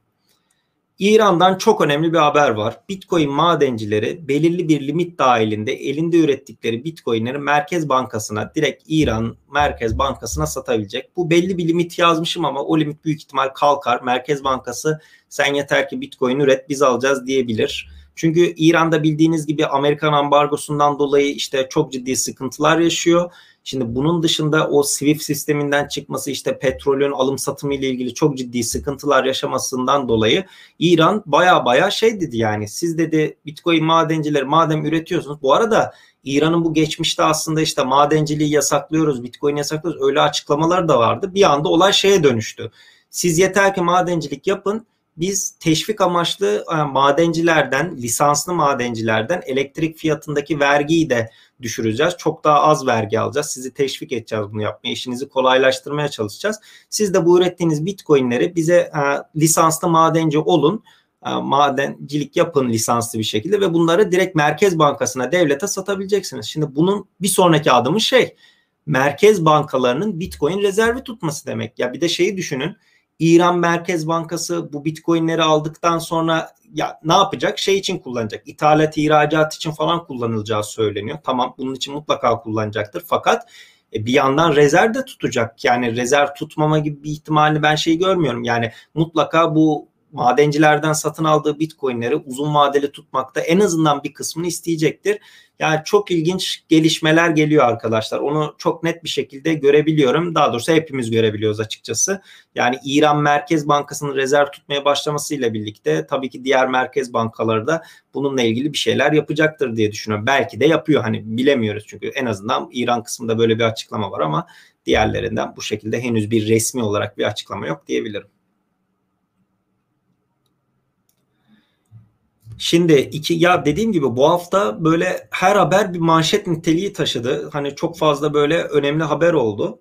İran'dan çok önemli bir haber var. Bitcoin madencileri belirli bir limit dahilinde elinde ürettikleri Bitcoin'leri Merkez Bankası'na, direkt İran Merkez Bankası'na satabilecek. Bu belli bir limit yazmışım ama o limit büyük ihtimal kalkar. Merkez Bankası sen yeter ki Bitcoin üret biz alacağız diyebilir. Çünkü İran'da bildiğiniz gibi Amerikan ambargosundan dolayı işte çok ciddi sıkıntılar yaşıyor. Şimdi bunun dışında o Swift sisteminden çıkması, işte petrolün alım satımı ile ilgili çok ciddi sıkıntılar yaşamasından dolayı İran baya şey dedi, yani siz dedi Bitcoin madencileri madem üretiyorsunuz, bu arada İran'ın bu geçmişte aslında işte madenciliği yasaklıyoruz, Bitcoin yasaklıyoruz öyle açıklamalar da vardı. Bir anda olay şeye dönüştü. Siz yeter ki madencilik yapın, biz teşvik amaçlı madencilerden, lisanslı madencilerden elektrik fiyatındaki vergiyi de düşüreceğiz. Çok daha az vergi alacağız. Sizi teşvik edeceğiz bunu yapmaya. İşinizi kolaylaştırmaya çalışacağız. Siz de bu ürettiğiniz Bitcoin'leri bize lisanslı madenci olun. Madencilik yapın lisanslı bir şekilde ve bunları direkt Merkez Bankası'na, devlete satabileceksiniz. Şimdi bunun bir sonraki adımı merkez bankalarının Bitcoin rezervi tutması demek. Ya bir de şeyi düşünün. İran Merkez Bankası bu Bitcoin'leri aldıktan sonra ya ne yapacak? Şey için kullanacak. İthalat, ihracat için falan kullanılacağı söyleniyor. Tamam, bunun için mutlaka kullanacaktır. Fakat bir yandan rezerv de tutacak. Yani rezerv tutmama gibi bir ihtimali ben görmüyorum. Yani mutlaka bu madencilerden satın aldığı Bitcoin'leri uzun vadeli tutmakta en azından bir kısmını isteyecektir. Yani çok ilginç gelişmeler geliyor arkadaşlar. Onu çok net bir şekilde görebiliyorum. Daha doğrusu hepimiz görebiliyoruz açıkçası. Yani İran Merkez Bankası'nın rezerv tutmaya başlamasıyla birlikte tabii ki diğer merkez bankaları da bununla ilgili bir şeyler yapacaktır diye düşünüyorum. Belki de yapıyor, hani bilemiyoruz çünkü en azından İran kısmında böyle bir açıklama var ama diğerlerinden bu şekilde henüz bir resmi olarak bir açıklama yok diyebilirim. Şimdi ya dediğim gibi bu hafta böyle her haber bir manşet niteliği taşıdı. Hani çok fazla böyle önemli haber oldu.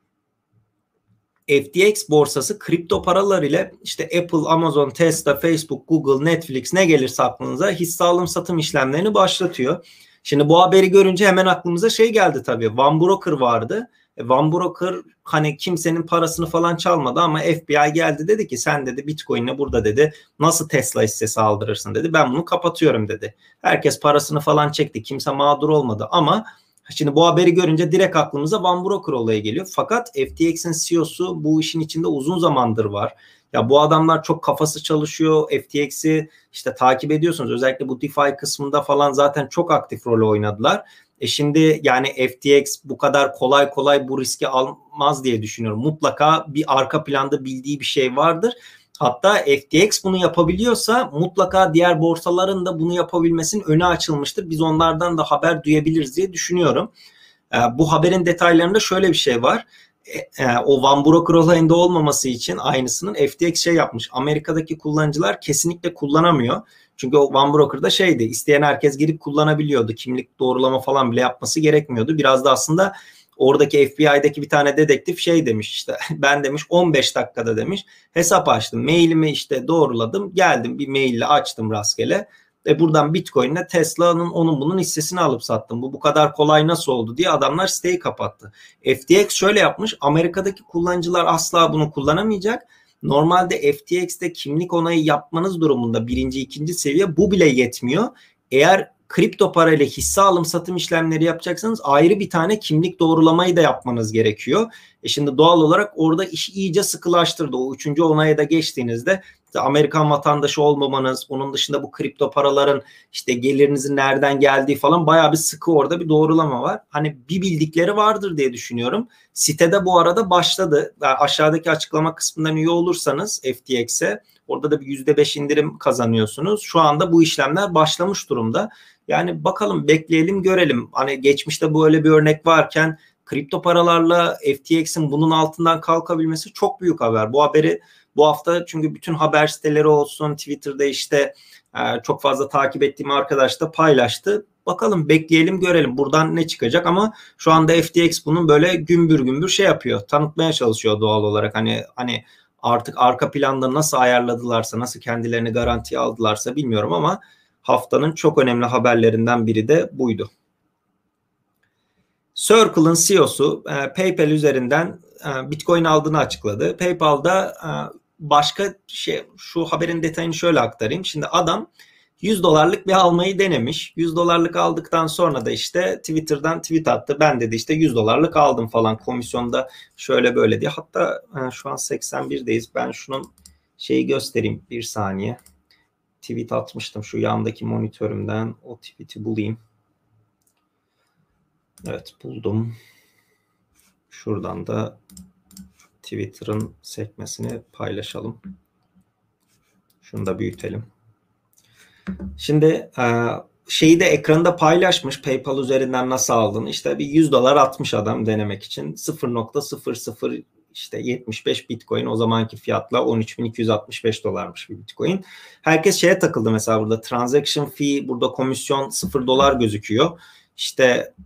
FTX borsası kripto paralar ile işte Apple, Amazon, Tesla, Facebook, Google, Netflix ne gelirse aklınıza hisse alım satım işlemlerini başlatıyor. Şimdi bu haberi görünce hemen aklımıza geldi tabii. One Broker vardı. One Broker hani kimsenin parasını falan çalmadı ama FBI geldi, dedi ki sen dedi Bitcoin'le burada dedi nasıl Tesla hissesi aldırırsın dedi. Ben bunu kapatıyorum dedi. Herkes parasını falan çekti. Kimse mağdur olmadı ama şimdi bu haberi görünce direkt aklımıza One Broker olayı geliyor. Fakat FTX'in CEO'su bu işin içinde uzun zamandır var. Ya bu adamlar çok kafası çalışıyor. FTX'i işte takip ediyorsunuz. Özellikle bu DeFi kısmında falan zaten çok aktif rol oynadılar. Şimdi yani FTX bu kadar kolay kolay bu riski almaz diye düşünüyorum. Mutlaka bir arka planda bildiği bir şey vardır. Hatta FTX bunu yapabiliyorsa mutlaka diğer borsaların da bunu yapabilmesinin önü açılmıştır. Biz onlardan da haber duyabiliriz diye düşünüyorum. Bu haberin detaylarında şöyle bir şey var. O One Broker olayında olmaması için aynısının FTX yapmış. Amerika'daki kullanıcılar kesinlikle kullanamıyor. Çünkü o One Broker'da isteyen herkes girip kullanabiliyordu. Kimlik doğrulama falan bile yapması gerekmiyordu. Biraz da aslında oradaki FBI'deki bir tane dedektif demiş işte ben demiş 15 dakikada demiş hesap açtım. Mailimi işte doğruladım. Geldim bir maille açtım rastgele. Buradan Bitcoin'le Tesla'nın onun bunun hissesini alıp sattım. Bu kadar kolay nasıl oldu diye adamlar siteyi kapattı. FTX şöyle yapmış. Amerika'daki kullanıcılar asla bunu kullanamayacak. Normalde FTX'te kimlik onayı yapmanız durumunda birinci, ikinci seviye bu bile yetmiyor. Eğer kripto parayla hisse alım satım işlemleri yapacaksanız ayrı bir tane kimlik doğrulamayı da yapmanız gerekiyor. Şimdi doğal olarak orada işi iyice sıkılaştırdı. O üçüncü onaya da geçtiğinizde Amerikan vatandaşı olmamanız, onun dışında bu kripto paraların işte gelirinizin nereden geldiği falan bayağı bir sıkı orada bir doğrulama var. Hani bir bildikleri vardır diye düşünüyorum. Sitede bu arada başladı. Yani aşağıdaki açıklama kısmından üye olursanız FTX'e orada da bir %5 indirim kazanıyorsunuz. Şu anda bu işlemler başlamış durumda. Yani bakalım, bekleyelim görelim. Hani geçmişte böyle bir örnek varken kripto paralarla FTX'in bunun altından kalkabilmesi çok büyük haber. Bu haberi bu hafta çünkü bütün haber siteleri olsun, Twitter'da işte Çok fazla takip ettiğim arkadaş da paylaştı. Bakalım, bekleyelim görelim buradan ne çıkacak, ama şu anda FTX bunun böyle gümbür gümbür şey yapıyor. Tanıtmaya çalışıyor doğal olarak. Hani artık arka planda nasıl ayarladılarsa, nasıl kendilerini garantiye aldılarsa bilmiyorum, ama haftanın çok önemli haberlerinden biri de buydu. Circle'ın CEO'su PayPal üzerinden Bitcoin aldığını açıkladı. PayPal'da başka şey, şu haberin detayını şöyle aktarayım. Şimdi adam $100 bir almayı denemiş. $100 aldıktan sonra da işte Twitter'dan tweet attı. Ben dedi işte $100 aldım falan, komisyonda şöyle böyle diye. Hatta şu an 81'deyiz. Ben şunun şeyi göstereyim bir saniye. Tweet atmıştım şu yandaki monitörümden. O tweet'i bulayım. Evet, buldum. Şuradan da Twitter'ın sekmesini paylaşalım. Şunu da büyütelim. Şimdi şeyi de ekranda paylaşmış, PayPal üzerinden nasıl aldığını. İşte bir $100 atmış adam denemek için. 0.00 işte 75 Bitcoin, o zamanki fiyatla $13.265 bir Bitcoin. Herkes şeye takıldı mesela, burada transaction fee, burada komisyon $0 gözüküyor. İşte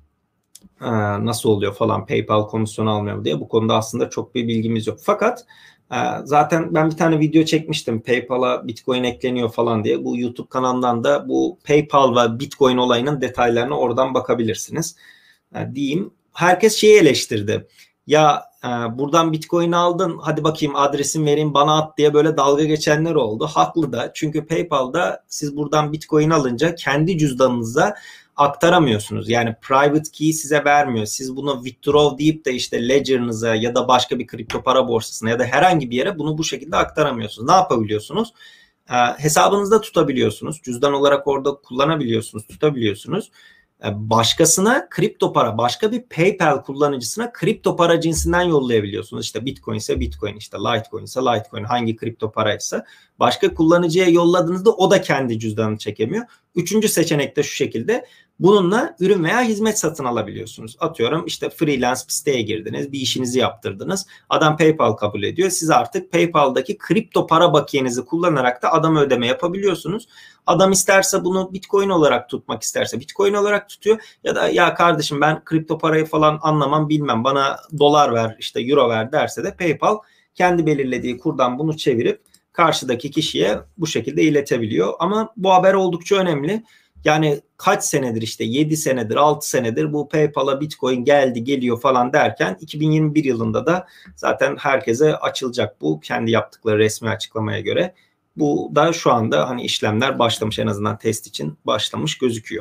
nasıl oluyor falan, PayPal komisyon almıyor mu diye. Bu konuda aslında çok bir bilgimiz yok. Fakat zaten ben bir tane video çekmiştim, PayPal'a Bitcoin ekleniyor falan diye. Bu YouTube kanalından da bu PayPal ve Bitcoin olayının detaylarına oradan bakabilirsiniz. Diyeyim. Herkes şeyi eleştirdi. Ya buradan Bitcoin aldın, hadi bakayım adresimi vereyim bana at diye böyle dalga geçenler oldu. Haklı da, çünkü PayPal'da siz buradan Bitcoin alınca kendi cüzdanınıza aktaramıyorsunuz. Yani private key size vermiyor. Siz bunu withdraw deyip de işte Ledger'ınıza ya da başka bir kripto para borsasına ya da herhangi bir yere bunu bu şekilde aktaramıyorsunuz. Ne yapabiliyorsunuz? Hesabınızda tutabiliyorsunuz. Cüzdan olarak orada kullanabiliyorsunuz, tutabiliyorsunuz. Başkasına kripto para, başka bir PayPal kullanıcısına kripto para cinsinden yollayabiliyorsunuz. İşte Bitcoin ise Bitcoin, işte Litecoin ise Litecoin, hangi kripto paraysa başka kullanıcıya yolladığınızda o da kendi cüzdanını çekemiyor. Üçüncü seçenek de şu şekilde: bununla ürün veya hizmet satın alabiliyorsunuz. Atıyorum işte freelance bir siteye girdiniz, bir işinizi yaptırdınız. Adam PayPal kabul ediyor. Siz artık PayPal'daki kripto para bakiyenizi kullanarak da adama ödeme yapabiliyorsunuz. Adam isterse bunu Bitcoin olarak tutmak isterse Bitcoin olarak tutuyor. Ya da ya kardeşim ben kripto parayı falan anlamam bilmem, bana dolar ver işte euro ver derse de PayPal kendi belirlediği kurdan bunu çevirip karşıdaki kişiye bu şekilde iletebiliyor. Ama bu haber oldukça önemli. Yani kaç senedir, işte 7 senedir 6 senedir bu PayPal'a Bitcoin geldi geliyor falan derken 2021 yılında da zaten herkese açılacak bu, kendi yaptıkları resmi açıklamaya göre. Bu da şu anda hani işlemler başlamış, en azından test için başlamış gözüküyor.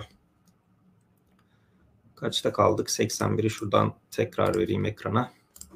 Kaçta kaldık? 81'i şuradan tekrar vereyim ekrana.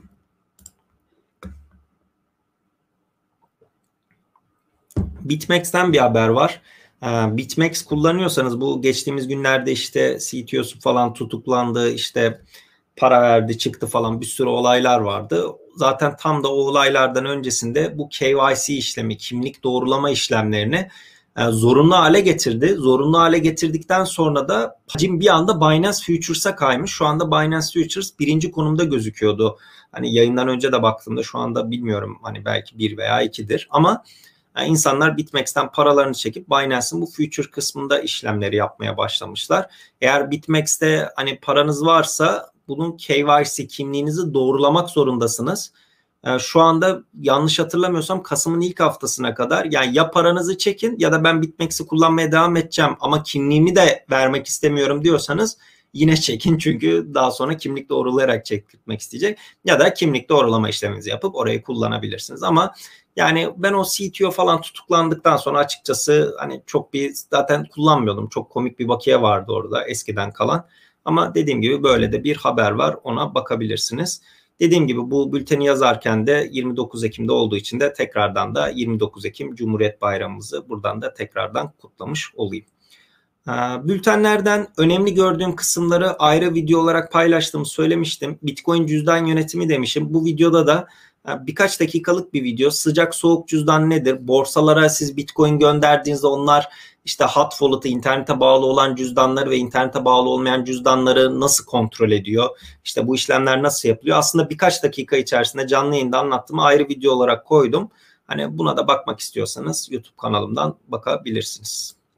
BitMEX'ten bir haber var. BitMEX kullanıyorsanız, bu geçtiğimiz günlerde işte CTO'su falan tutuklandı, işte para verdi çıktı falan, bir sürü olaylar vardı. Zaten tam da o olaylardan öncesinde bu KYC işlemi, kimlik doğrulama işlemlerini zorunlu hale getirdi. Zorunlu hale getirdikten sonra da hacim bir anda Binance Futures'a kaymış. Şu anda Binance Futures birinci konumda gözüküyordu. Hani yayından önce de baktığımda, şu anda bilmiyorum, hani belki 1 veya 2'dir ama yani insanlar BitMEX'ten paralarını çekip Binance'ın bu future kısmında işlemleri yapmaya başlamışlar. Eğer BitMEX'te hani paranız varsa bunun KYC, kimliğinizi doğrulamak zorundasınız. Şu anda yanlış hatırlamıyorsam Kasım'ın ilk haftasına kadar, yani ya paranızı çekin ya da ben BitMEX'i kullanmaya devam edeceğim ama kimliğimi de vermek istemiyorum diyorsanız yine çekin, çünkü daha sonra kimlik doğrulayarak çektirmek isteyecek, ya da kimlik doğrulama işleminizi yapıp orayı kullanabilirsiniz. Ama yani ben o CTO falan tutuklandıktan sonra açıkçası hani çok bir zaten kullanmıyordum. Çok komik bir bakiye vardı orada eskiden kalan. Ama dediğim gibi böyle de bir haber var, ona bakabilirsiniz. Dediğim gibi bu bülteni yazarken de 29 Ekim'de olduğu için de tekrardan da 29 Ekim Cumhuriyet Bayramımızı buradan da tekrardan kutlamış olayım. Bültenlerden önemli gördüğüm kısımları ayrı video olarak paylaştığımı söylemiştim. Bitcoin cüzdan yönetimi demişim. Bu videoda da birkaç dakikalık bir video. Sıcak soğuk cüzdan nedir? Borsalara siz Bitcoin gönderdiğinizde onlar işte hot wallet'ı, internete bağlı olan cüzdanları ve internete bağlı olmayan cüzdanları nasıl kontrol ediyor? İşte bu işlemler nasıl yapılıyor? Aslında birkaç dakika içerisinde canlı yayında anlattığımı ayrı video olarak koydum. Hani buna da bakmak istiyorsanız YouTube kanalımdan bakabilirsiniz.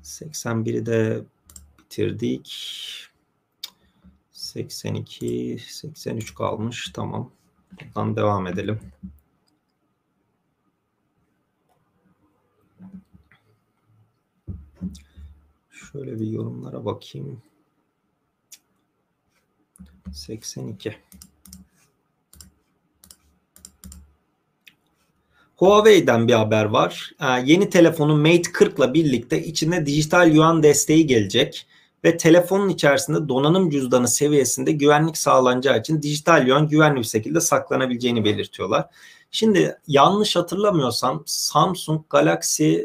81'i de bitirdik. 82, 83 kalmış. Tamam. Buradan devam edelim. Şöyle bir yorumlara bakayım. 82. Huawei'den bir haber var. Yeni telefonu Mate 40 ile birlikte içinde dijital yuan desteği gelecek ve telefonun içerisinde donanım cüzdanı seviyesinde güvenlik sağlanacağı için dijital yuan güvenli bir şekilde saklanabileceğini belirtiyorlar. Şimdi yanlış hatırlamıyorsam Samsung Galaxy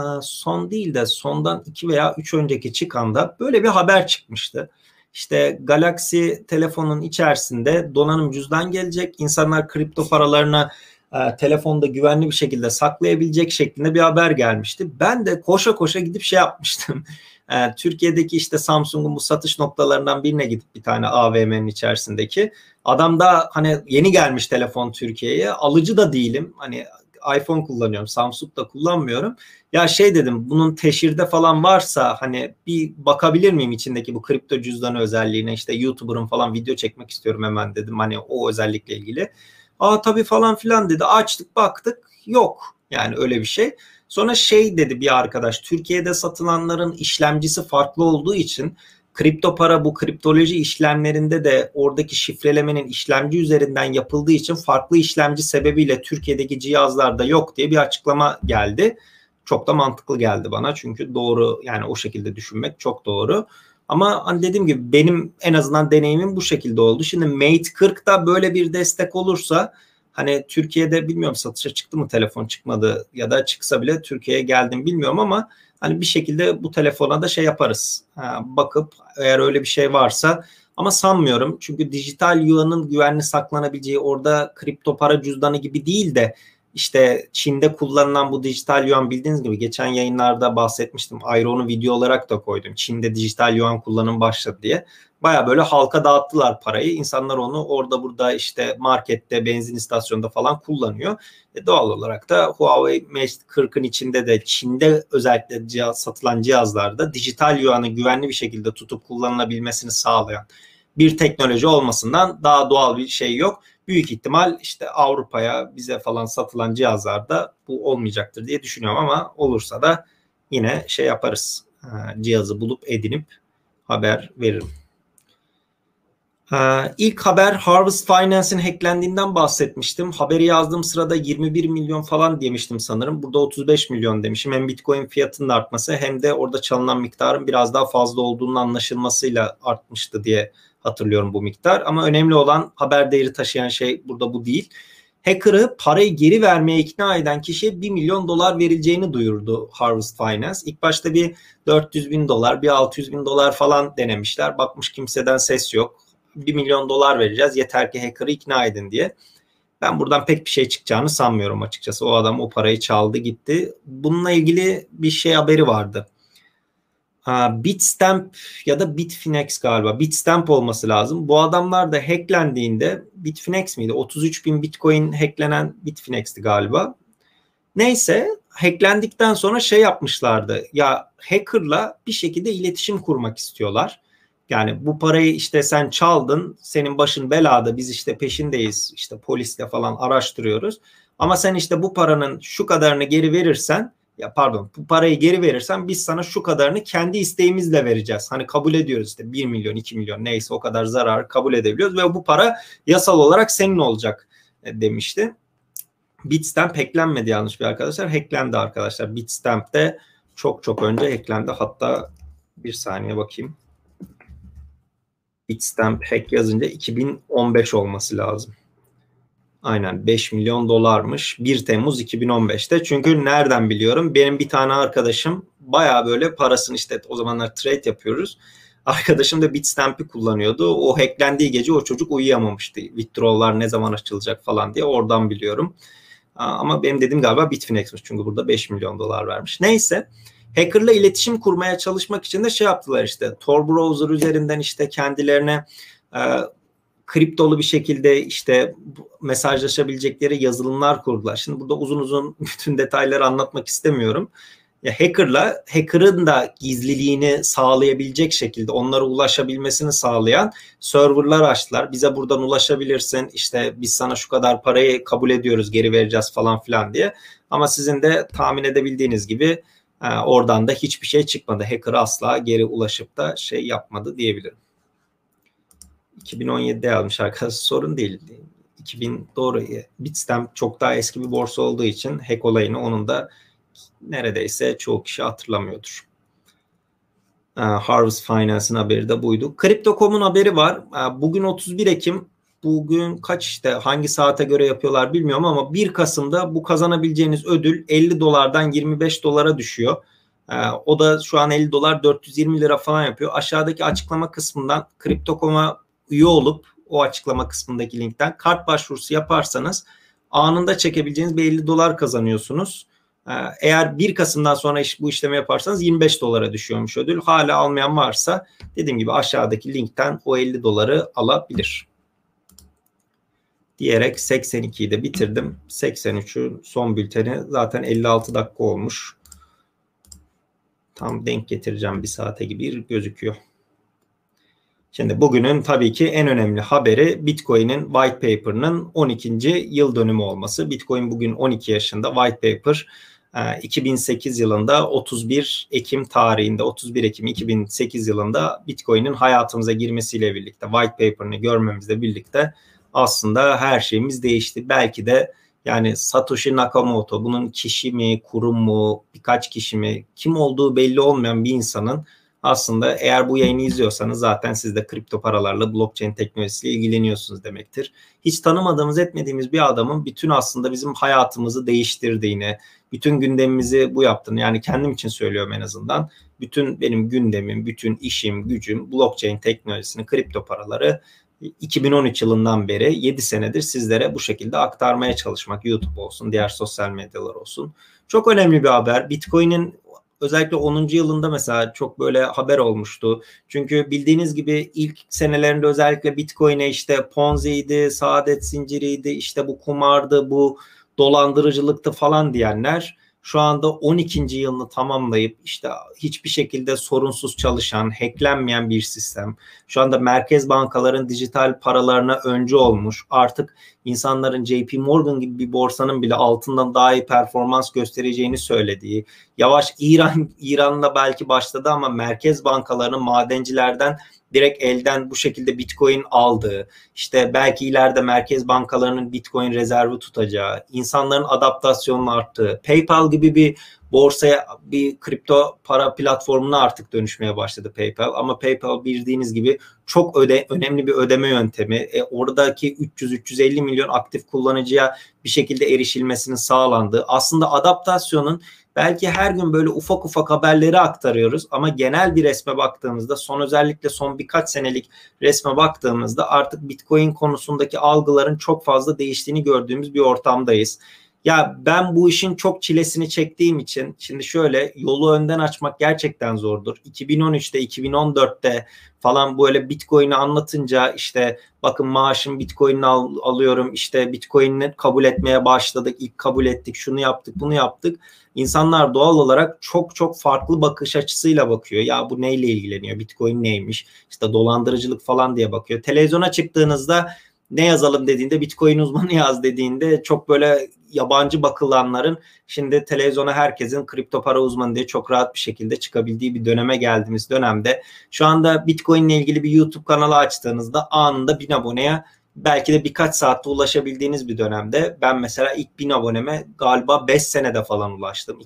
son değil de sondan 2 veya 3 önceki çıkanda böyle bir haber çıkmıştı. İşte Galaxy telefonun içerisinde donanım cüzdan gelecek. İnsanlar kripto paralarına telefonda güvenli bir şekilde saklayabilecek şeklinde bir haber gelmişti. Ben de koşa koşa gidip şey yapmıştım. Türkiye'deki işte Samsung'un bu satış noktalarından birine gidip bir tane AVM'nin içerisindeki adam da hani yeni gelmiş telefon Türkiye'ye, alıcı da değilim. Hani iPhone kullanıyorum, Samsung da kullanmıyorum. Ya şey dedim, bunun teşhirde falan varsa hani bir bakabilir miyim içindeki bu kripto cüzdanı özelliğine, işte YouTuber'ın falan video çekmek istiyorum hemen dedim hani o özellikle ilgili. Tabii falan filan dedi. Açtık baktık yok yani öyle bir şey. Sonra şey dedi bir arkadaş, Türkiye'de satılanların işlemcisi farklı olduğu için kripto para bu kriptoloji işlemlerinde de oradaki şifrelemenin işlemci üzerinden yapıldığı için farklı işlemci sebebiyle Türkiye'deki cihazlarda yok diye bir açıklama geldi. Çok da mantıklı geldi bana çünkü doğru, yani o şekilde düşünmek çok doğru. Ama hani dediğim gibi benim en azından deneyimim bu şekilde oldu. Şimdi Mate 40'da böyle bir destek olursa hani Türkiye'de bilmiyorum satışa çıktı mı, telefon çıkmadı ya da çıksa bile Türkiye'ye geldim bilmiyorum ama hani bir şekilde bu telefona da şey yaparız. Bakıp eğer öyle bir şey varsa, ama sanmıyorum. Çünkü dijital yuanın güvenli saklanabileceği, orada kripto para cüzdanı gibi değil de işte Çin'de kullanılan bu dijital yuan, bildiğiniz gibi geçen yayınlarda bahsetmiştim. Ayrı onu video olarak da koydum. Çin'de dijital yuan kullanım başladı diye. Baya böyle halka dağıttılar parayı. İnsanlar onu orada burada işte markette, benzin istasyonunda falan kullanıyor. Doğal olarak da Huawei Mate 40'ın içinde de Çin'de özellikle satılan cihazlarda dijital yuanı güvenli bir şekilde tutup kullanılabilmesini sağlayan bir teknoloji olmasından daha doğal bir şey yok. Büyük ihtimal işte Avrupa'ya, bize falan satılan cihazlarda bu olmayacaktır diye düşünüyorum ama olursa da yine şey yaparız. Cihazı bulup edinip haber veririm. İlk haber Harvest Finance'in hacklendiğinden bahsetmiştim. Haberi yazdığım sırada 21 milyon falan demiştim sanırım. Burada 35 milyon demişim. Hem Bitcoin fiyatının artması hem de orada çalınan miktarın biraz daha fazla olduğunun anlaşılmasıyla artmıştı diye hatırlıyorum bu miktar. Ama önemli olan, haber değeri taşıyan şey burada bu değil. Hacker'ı parayı geri vermeye ikna eden kişiye 1 milyon dolar verileceğini duyurdu Harvest Finance. İlk başta bir 400 bin dolar, bir 600 bin dolar falan denemişler. Bakmış kimseden ses yok. 1 milyon dolar vereceğiz yeter ki hacker'ı ikna edin diye. Ben buradan pek bir şey çıkacağını sanmıyorum açıkçası. O adam o parayı çaldı gitti. Bununla ilgili bir şey haberi vardı. Bitstamp ya da Bitfinex galiba. Bitstamp olması lazım. Bu adamlar da hacklendiğinde, Bitfinex miydi? 33 bin Bitcoin hacklenen Bitfinex'ti galiba. Neyse, hacklendikten sonra şey yapmışlardı. Ya hacker'la bir şekilde iletişim kurmak istiyorlar. Yani bu parayı işte sen çaldın, senin başın belada, biz işte peşindeyiz, işte polisle falan araştırıyoruz. Ama sen işte bu paranın şu kadarını geri verirsen, ya pardon, bu parayı geri verirsen biz sana şu kadarını kendi isteğimizle vereceğiz. Hani kabul ediyoruz işte 1 milyon 2 milyon neyse o kadar zarar kabul edebiliyoruz ve bu para yasal olarak senin olacak demişti. Bitstamp hacklenmedi yanlış bir arkadaşlar. Hacklendi arkadaşlar. Bitstamp de çok çok önce hacklendi. Hatta bir saniye bakayım. Bitstamp hack yazınca 2015 olması lazım. Aynen 5 milyon dolarmış 1 Temmuz 2015'te. Çünkü nereden biliyorum? Benim bir tane arkadaşım baya böyle parasını, işte o zamanlar trade yapıyoruz. Arkadaşım da Bitstamp'i kullanıyordu. O hacklendiği gece o çocuk uyuyamamıştı. Withdraw'lar ne zaman açılacak falan diye, oradan biliyorum. Ama benim dediğim galiba Bitfinex'miş. Çünkü burada 5 milyon dolar vermiş. Neyse. Hacker'la iletişim kurmaya çalışmak için de şey yaptılar işte. Tor browser üzerinden işte kendilerine kriptolu bir şekilde işte mesajlaşabilecekleri yazılımlar kurdular. Şimdi burada uzun uzun bütün detayları anlatmak istemiyorum. Ya hacker'ın da gizliliğini sağlayabilecek şekilde onlara ulaşabilmesini sağlayan serverlar açtılar. Bize buradan ulaşabilirsin. İşte biz sana şu kadar parayı kabul ediyoruz, geri vereceğiz falan filan diye. Ama sizin de tahmin edebildiğiniz gibi oradan da hiçbir şey çıkmadı. Hacker asla geri ulaşıp da şey yapmadı diyebilirim. 2017'de yazmış arkadaş, sorun değil. 2000 doğru. Bitstamp çok daha eski bir borsa olduğu için hack olayını onun da neredeyse çoğu kişi hatırlamıyordur. Harvest Finance'ın haberi de buydu. Crypto.com'un haberi var. Bugün 31 Ekim. Bugün kaç işte hangi saate göre yapıyorlar bilmiyorum ama 1 Kasım'da bu kazanabileceğiniz ödül 50 dolardan 25 dolara düşüyor. O da şu an 50 dolar 420 lira falan yapıyor. Aşağıdaki açıklama kısmından Crypto.com'a üye olup o açıklama kısmındaki linkten kart başvurusu yaparsanız anında çekebileceğiniz bir 50 dolar kazanıyorsunuz. Eğer 1 Kasım'dan sonra bu işlemi yaparsanız 25 dolara düşüyormuş ödül. Hala almayan varsa dediğim gibi aşağıdaki linkten o 50 doları alabilir. Diyerek 82'yi de bitirdim. 83'ü son bülteni zaten 56 dakika olmuş. Tam denk getireceğim bir saate gibi gözüküyor. Şimdi bugünün tabii ki en önemli haberi Bitcoin'in white paper'ının 12. yıl dönümü olması. Bitcoin bugün 12 yaşında. White paper 2008 yılında 31 Ekim tarihinde 31 Ekim 2008 yılında Bitcoin'in hayatımıza girmesiyle birlikte white paper'ını görmemizle birlikte aslında her şeyimiz değişti. Belki de yani Satoshi Nakamoto bunun kişi mi, kurum mu, birkaç kişi mi, kim olduğu belli olmayan bir insanın aslında eğer bu yayını izliyorsanız zaten siz de kripto paralarla, blockchain teknolojisiyle ilgileniyorsunuz demektir. Hiç tanımadığımız, etmediğimiz bir adamın bütün aslında bizim hayatımızı değiştirdiğini, bütün gündemimizi bu yaptığını, yani kendim için söylüyorum en azından. Bütün benim gündemim, bütün işim, gücüm, blockchain teknolojisini, kripto paraları 2013 yılından beri 7 senedir sizlere bu şekilde aktarmaya çalışmak. YouTube olsun, diğer sosyal medyalar olsun. Çok önemli bir haber. Bitcoin'in özellikle 10. yılında mesela çok böyle haber olmuştu. Çünkü bildiğiniz gibi ilk senelerinde özellikle Bitcoin'e işte Ponzi'ydi, saadet zinciriydi, işte bu kumardı, bu dolandırıcılıktı falan diyenler şu anda 12. yılını tamamlayıp işte hiçbir şekilde sorunsuz çalışan, hacklenmeyen bir sistem. Şu anda merkez bankaların dijital paralarına öncü olmuş. Artık insanların JP Morgan gibi bir borsanın bile altından daha iyi performans göstereceğini söylediği, yavaş İran'la belki başladı ama merkez bankalarının madencilerden direkt elden bu şekilde Bitcoin aldığı, işte belki ileride merkez bankalarının Bitcoin rezervi tutacağı, insanların adaptasyonun arttığı, PayPal gibi bir borsaya, bir kripto para platformuna artık dönüşmeye başladı PayPal. Ama PayPal bildiğiniz gibi çok önemli bir ödeme yöntemi. Oradaki 300-350 milyon aktif kullanıcıya bir şekilde erişilmesinin sağlandığı, aslında adaptasyonun belki her gün böyle ufak ufak haberleri aktarıyoruz ama genel bir resme baktığımızda, özellikle son birkaç senelik resme baktığımızda artık Bitcoin konusundaki algıların çok fazla değiştiğini gördüğümüz bir ortamdayız. Ya ben bu işin çok çilesini çektiğim için şimdi şöyle, yolu önden açmak gerçekten zordur. 2013'te 2014'te falan böyle Bitcoin'i anlatınca işte bakın maaşım Bitcoin'ini alıyorum, işte Bitcoin'i kabul etmeye başladık, ilk kabul ettik, şunu yaptık, bunu yaptık. İnsanlar doğal olarak çok çok farklı bakış açısıyla bakıyor. Ya bu neyle ilgileniyor? Bitcoin neymiş? İşte dolandırıcılık falan diye bakıyor. Televizyona çıktığınızda ne yazalım dediğinde, Bitcoin uzmanı yaz dediğinde çok böyle yabancı bakılanların şimdi televizyona herkesin kripto para uzmanı diye çok rahat bir şekilde çıkabildiği bir döneme geldiğimiz dönemde şu anda Bitcoin ile ilgili bir YouTube kanalı açtığınızda anında 1000 aboneye belki de birkaç saatte ulaşabildiğiniz bir dönemde, ben mesela ilk 1000 aboneme galiba 5 senede falan ulaştım.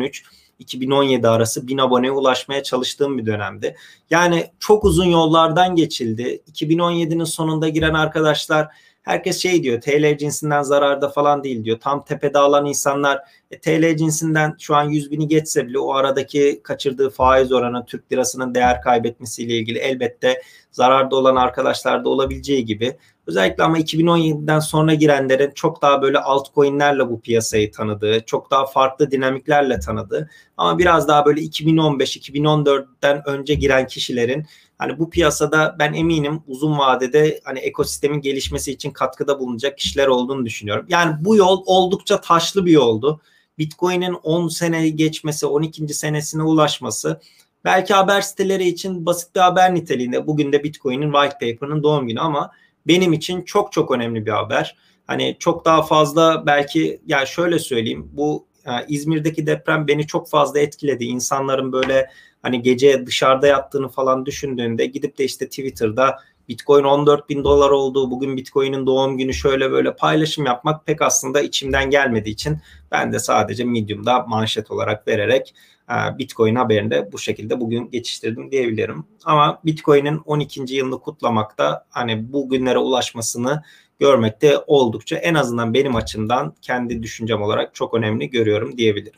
2013-2017 arası 1000 aboneye ulaşmaya çalıştığım bir dönemde. Yani çok uzun yollardan geçildi. 2017'nin sonunda giren arkadaşlar, herkes şey diyor, TL cinsinden zararda falan değil diyor. Tam tepede alan insanlar TL cinsinden şu an 100.000'i geçse bile o aradaki kaçırdığı faiz oranı, Türk lirasının değer kaybetmesiyle ilgili elbette zararda olan arkadaşlar da olabileceği gibi, özellikle ama 2017'den sonra girenlerin çok daha böyle altcoin'lerle bu piyasayı tanıdığı, çok daha farklı dinamiklerle tanıdığı ama biraz daha böyle 2015-2014'ten önce giren kişilerin hani bu piyasada ben eminim uzun vadede hani ekosistemin gelişmesi için katkıda bulunacak kişiler olduğunu düşünüyorum. Yani bu yol oldukça taşlı bir yoldu. Bitcoin'in 10 sene geçmesi, 12. senesine ulaşması belki haber siteleri için basit bir haber niteliğinde. Bugün de Bitcoin'in white paper'ının doğum günü ama benim için çok çok önemli bir haber. Hani çok daha fazla belki, yani şöyle söyleyeyim, bu İzmir'deki deprem beni çok fazla etkiledi. İnsanların böyle hani gece dışarıda yattığını falan düşündüğünde gidip de işte Twitter'da Bitcoin 14 bin dolar oldu, bugün Bitcoin'in doğum günü, şöyle böyle paylaşım yapmak pek aslında içimden gelmediği için ben de sadece Medium'da manşet olarak vererek Bitcoin haberini de bu şekilde bugün geçiştirdim diyebilirim. Ama Bitcoin'in 12. yılını kutlamakta, hani bu günlere ulaşmasını görmekte oldukça, en azından benim açımdan, kendi düşüncem olarak çok önemli görüyorum diyebilirim.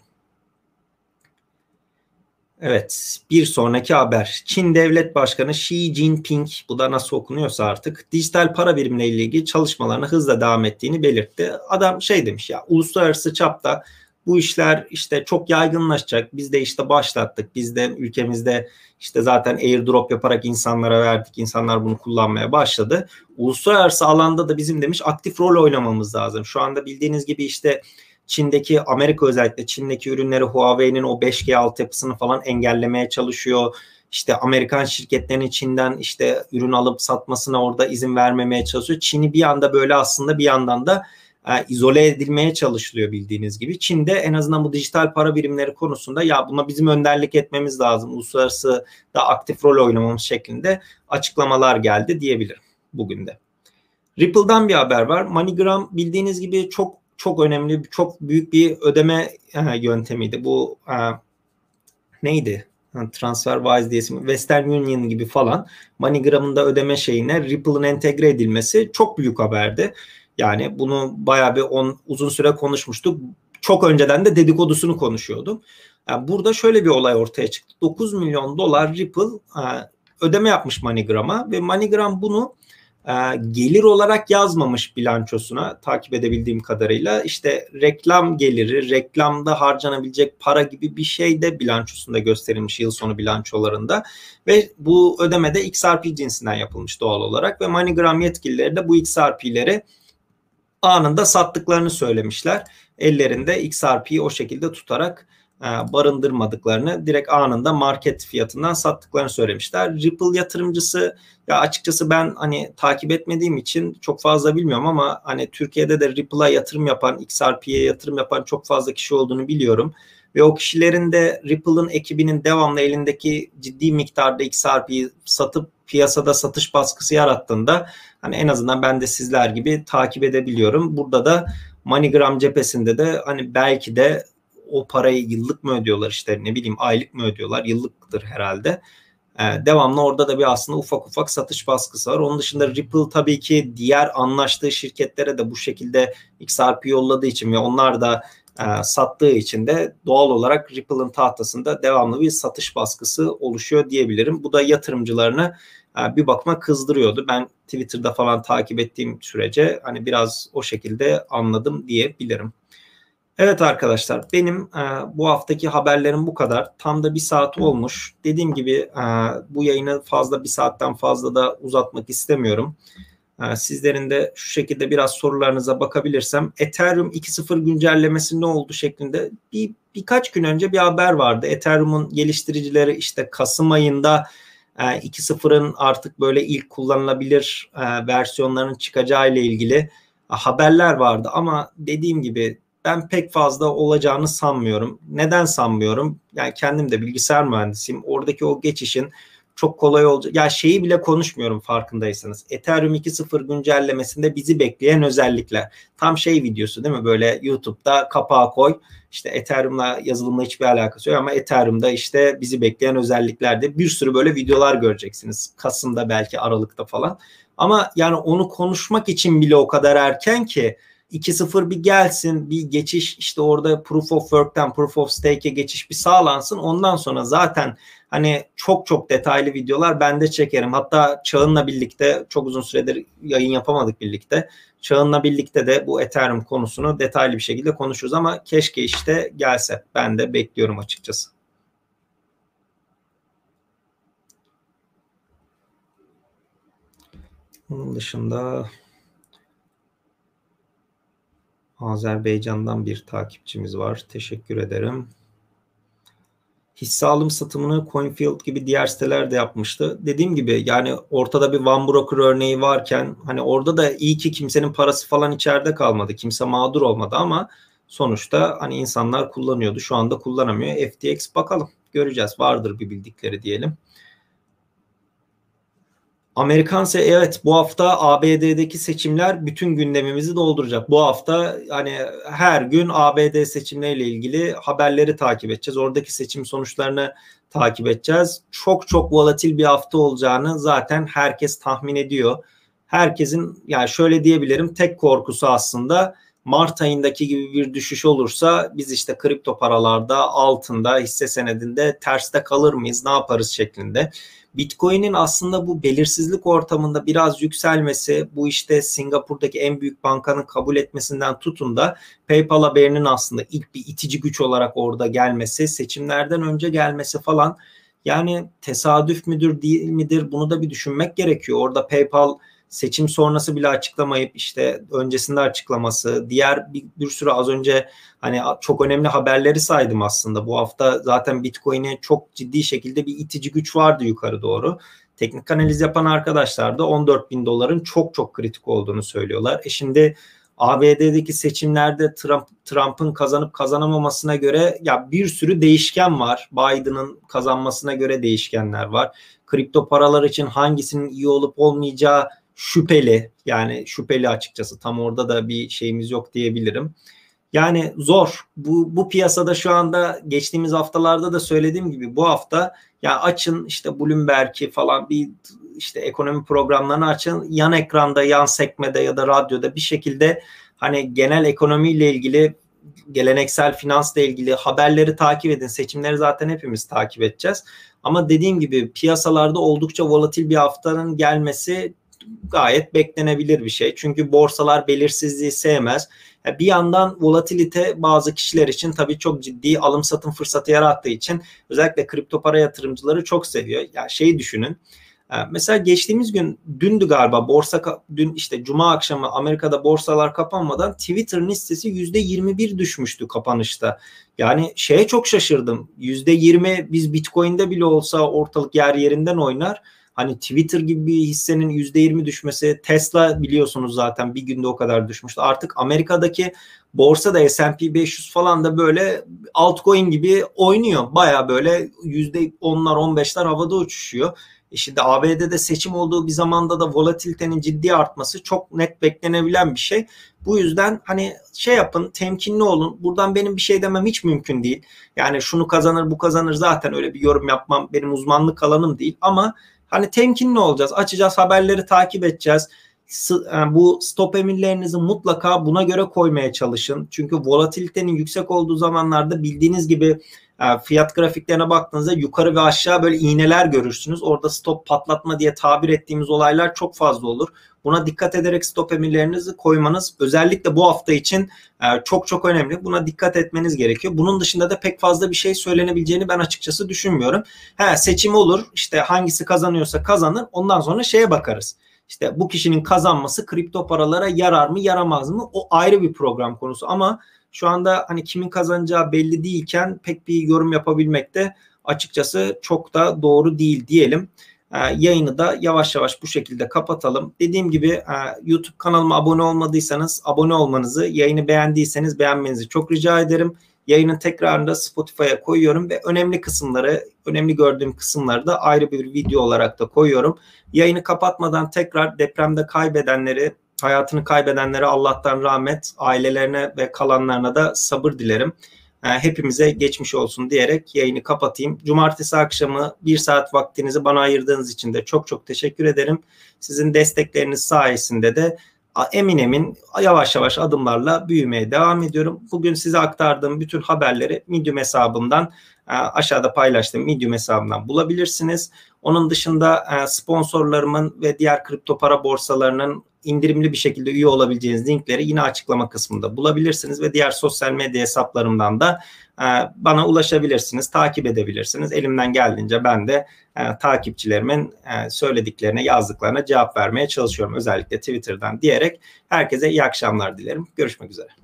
Evet, bir sonraki haber. Çin Devlet Başkanı Xi Jinping, bu da nasıl okunuyorsa artık, dijital para birimle ilgili çalışmalarına hızla devam ettiğini belirtti. Adam şey demiş ya, uluslararası çapta bu işler işte çok yaygınlaşacak. Biz de işte başlattık. Biz de ülkemizde işte zaten airdrop yaparak insanlara verdik. İnsanlar bunu kullanmaya başladı. Uluslararası alanda da bizim demiş aktif rol oynamamız lazım. Şu anda bildiğiniz gibi işte Çin'deki, Amerika özellikle Çin'deki ürünleri, Huawei'nin o 5G altyapısını falan engellemeye çalışıyor. İşte Amerikan şirketlerinin Çin'den işte ürün alıp satmasına orada izin vermemeye çalışıyor. Çin'i bir anda böyle aslında bir yandan da izole edilmeye çalışılıyor bildiğiniz gibi. Çin'de en azından bu dijital para birimleri konusunda ya buna bizim önderlik etmemiz lazım, uluslararası da aktif rol oynamamız şeklinde açıklamalar geldi diyebilirim bugün de. Ripple'dan bir haber var. MoneyGram bildiğiniz gibi çok çok önemli, çok büyük bir ödeme yöntemiydi. Bu neydi? TransferWise diye isim, Western Union gibi falan. MoneyGram'ın da ödeme şeyine Ripple'ın entegre edilmesi çok büyük haberdi. Yani bunu bayağı bir uzun süre konuşmuştuk. Çok önceden de dedikodusunu konuşuyordum. Yani burada şöyle bir olay ortaya çıktı. 9 milyon dolar Ripple ödeme yapmış MoneyGram'a ve MoneyGram bunu gelir olarak yazmamış bilançosuna, takip edebildiğim kadarıyla. İşte reklam geliri, reklamda harcanabilecek para gibi bir şey de bilançosunda gösterilmiş, yıl sonu bilançolarında, ve bu ödeme de XRP cinsinden yapılmış doğal olarak ve MoneyGram yetkilileri de bu XRP'leri anında sattıklarını söylemişler. Ellerinde XRP'yi o şekilde tutarak barındırmadıklarını, direkt anında market fiyatından sattıklarını söylemişler. Ripple yatırımcısı, ya açıkçası ben hani takip etmediğim için çok fazla bilmiyorum ama hani Türkiye'de de Ripple'a yatırım yapan, XRP'ye yatırım yapan çok fazla kişi olduğunu biliyorum. Ve o kişilerin de Ripple'ın ekibinin devamlı elindeki ciddi miktarda XRP'yi satıp piyasada satış baskısı yarattığında hani en azından ben de sizler gibi takip edebiliyorum. Burada da MoneyGram cephesinde de hani belki de o parayı yıllık mı ödüyorlar, işte ne bileyim aylık mı ödüyorlar, yıllıktır herhalde. Devamlı orada da bir aslında ufak ufak satış baskısı var. Onun dışında Ripple tabii ki diğer anlaştığı şirketlere de bu şekilde XRP yolladığı için ve onlar da sattığı için de doğal olarak Ripple'ın tahtasında devamlı bir satış baskısı oluşuyor diyebilirim. Bu da yatırımcılarını bir bakıma kızdırıyordu. Ben Twitter'da falan takip ettiğim sürece hani biraz o şekilde anladım diyebilirim. Evet arkadaşlar, benim bu haftaki haberlerim bu kadar. Tam da bir saat olmuş. Dediğim gibi bu yayını fazla, bir saatten fazla da uzatmak istemiyorum. Sizlerin de şu şekilde biraz sorularınıza bakabilirsem, Ethereum 2.0 güncellemesi ne oldu şeklinde birkaç gün önce bir haber vardı. Ethereum'un geliştiricileri işte Kasım ayında 2.0'ın artık böyle ilk kullanılabilir versiyonlarının çıkacağı ile ilgili haberler vardı ama dediğim gibi ben pek fazla olacağını sanmıyorum. Neden sanmıyorum? Yani kendim de bilgisayar mühendisiyim. Oradaki o geçişin çok kolay olacak. Ya şeyi bile konuşmuyorum farkındaysanız. Ethereum 2.0 güncellemesinde bizi bekleyen özellikler. Tam şey videosu değil mi? Böyle YouTube'da kapağı koy. İşte Ethereum'la, yazılımla hiçbir alakası yok ama Ethereum'da işte bizi bekleyen özelliklerde bir sürü böyle videolar göreceksiniz. Kasım'da, belki Aralık'ta falan. Ama yani onu konuşmak için bile o kadar erken ki 2.0 bir gelsin, bir geçiş, işte orada Proof of Work'ten Proof of Stake'e geçiş bir sağlansın. Ondan sonra zaten hani çok çok detaylı videolar ben de çekerim. Hatta Çağın'la birlikte çok uzun süredir yayın yapamadık birlikte. Çağın'la birlikte de bu Ethereum konusunu detaylı bir şekilde konuşuruz ama keşke işte gelse. Ben de bekliyorum açıkçası. Onun dışında Azerbaycan'dan bir takipçimiz var. Teşekkür ederim. Hisse alım satımını CoinField gibi diğer siteler de yapmıştı. Dediğim gibi yani ortada bir One Broker örneği varken hani orada da iyi ki kimsenin parası falan içeride kalmadı. Kimse mağdur olmadı ama sonuçta hani insanlar kullanıyordu. Şu anda kullanamıyor. FTX bakalım. Göreceğiz. Vardır bir bildikleri diyelim. Amerikanse evet bu hafta ABD'deki seçimler bütün gündemimizi dolduracak. Bu hafta hani her gün ABD seçimleriyle ilgili haberleri takip edeceğiz. Oradaki seçim sonuçlarını takip edeceğiz. Çok çok volatil bir hafta olacağını zaten herkes tahmin ediyor. Herkesin yani şöyle diyebilirim tek korkusu aslında Mart ayındaki gibi bir düşüş olursa biz işte kripto paralarda, altında, hisse senedinde terste kalır mıyız, ne yaparız şeklinde. Bitcoin'in aslında bu belirsizlik ortamında biraz yükselmesi, bu işte Singapur'daki en büyük bankanın kabul etmesinden tutun da PayPal haberinin aslında ilk bir itici güç olarak orada gelmesi, seçimlerden önce gelmesi falan yani tesadüf müdür değil midir bunu da bir düşünmek gerekiyor. Orada PayPal seçim sonrası bile açıklamayıp işte öncesinde açıklaması, diğer bir sürü az önce hani çok önemli haberleri saydım aslında. Bu hafta zaten Bitcoin'e çok ciddi şekilde bir itici güç vardı yukarı doğru. Teknik analiz yapan arkadaşlar da 14 bin doların çok çok kritik olduğunu söylüyorlar. Şimdi ABD'deki seçimlerde Trump'ın kazanıp kazanamamasına göre ya bir sürü değişken var. Biden'ın kazanmasına göre değişkenler var. Kripto paralar için hangisinin iyi olup olmayacağı şüpheli. Yani şüpheli açıkçası. Tam orada da bir şeyimiz yok diyebilirim. Yani zor. Bu piyasada şu anda geçtiğimiz haftalarda da söylediğim gibi bu hafta ya açın işte Bloomberg'i falan bir işte ekonomi programlarını açın. Yan ekranda, yan sekmede ya da radyoda bir şekilde hani genel ekonomiyle ilgili geleneksel finansla ilgili haberleri takip edin. Seçimleri zaten hepimiz takip edeceğiz. Ama dediğim gibi piyasalarda oldukça volatil bir haftanın gelmesi gayet beklenebilir bir şey. Çünkü borsalar belirsizliği sevmez. Bir yandan volatilite bazı kişiler için tabii çok ciddi alım satım fırsatı yarattığı için özellikle kripto para yatırımcıları çok seviyor. Yani şeyi düşünün. Mesela geçtiğimiz gün dündü galiba dün işte Cuma akşamı Amerika'da borsalar kapanmadan Twitter'ın hissesi %21 düşmüştü kapanışta. Yani şeye çok şaşırdım. %20 biz Bitcoin'de bile olsa ortalık yer yerinden oynar. Hani Twitter gibi bir hissenin %20 düşmesi, Tesla biliyorsunuz zaten bir günde o kadar düşmüştü. Artık Amerika'daki borsa da S&P 500 falan da böyle altcoin gibi oynuyor. Baya böyle %10'lar 15'ler havada uçuşuyor. Şimdi ABD'de seçim olduğu bir zamanda da volatilitenin ciddi artması çok net beklenebilen bir şey. Bu yüzden hani şey yapın, temkinli olun. Buradan benim bir şey demem hiç mümkün değil. Yani şunu kazanır, bu kazanır zaten öyle bir yorum yapmam benim uzmanlık alanım değil. Ama hani temkinli olacağız. Açacağız, haberleri takip edeceğiz. Bu stop emirlerinizi mutlaka buna göre koymaya çalışın. Çünkü volatilitenin yüksek olduğu zamanlarda bildiğiniz gibi fiyat grafiklerine baktığınızda yukarı ve aşağı böyle iğneler görürsünüz. Orada stop patlatma diye tabir ettiğimiz olaylar çok fazla olur. Buna dikkat ederek stop emirlerinizi koymanız özellikle bu hafta için çok çok önemli. Buna dikkat etmeniz gerekiyor. Bunun dışında da pek fazla bir şey söylenebileceğini ben açıkçası düşünmüyorum. Seçim olur, işte hangisi kazanıyorsa kazanır. Ondan sonra şeye bakarız. İşte bu kişinin kazanması kripto paralara yarar mı yaramaz mı? O ayrı bir program konusu ama şu anda hani kimin kazanacağı belli değilken pek bir yorum yapabilmek de açıkçası çok da doğru değil diyelim. Yayını da yavaş yavaş bu şekilde kapatalım. Dediğim gibi YouTube kanalıma abone olmadıysanız abone olmanızı, yayını beğendiyseniz beğenmenizi çok rica ederim. Yayının tekrarını da Spotify'a koyuyorum ve önemli gördüğüm kısımları da ayrı bir video olarak da koyuyorum. Yayını kapatmadan tekrar depremde hayatını kaybedenlere Allah'tan rahmet, ailelerine ve kalanlarına da sabır dilerim. Hepimize geçmiş olsun diyerek yayını kapatayım. Cumartesi akşamı 1 saat vaktinizi bana ayırdığınız için de çok çok teşekkür ederim. Sizin destekleriniz sayesinde de emin yavaş yavaş adımlarla büyümeye devam ediyorum. Bugün size aktardığım bütün haberleri Medium hesabımdan aşağıda paylaştığım Medium hesabından bulabilirsiniz. Onun dışında sponsorlarımın ve diğer kripto para borsalarının indirimli bir şekilde üye olabileceğiniz linkleri yine açıklama kısmında bulabilirsiniz ve diğer sosyal medya hesaplarımdan da bana ulaşabilirsiniz, takip edebilirsiniz. Elimden geldiğince ben de takipçilerimin söylediklerine, yazdıklarına cevap vermeye çalışıyorum. Özellikle Twitter'dan diyerek herkese iyi akşamlar dilerim. Görüşmek üzere.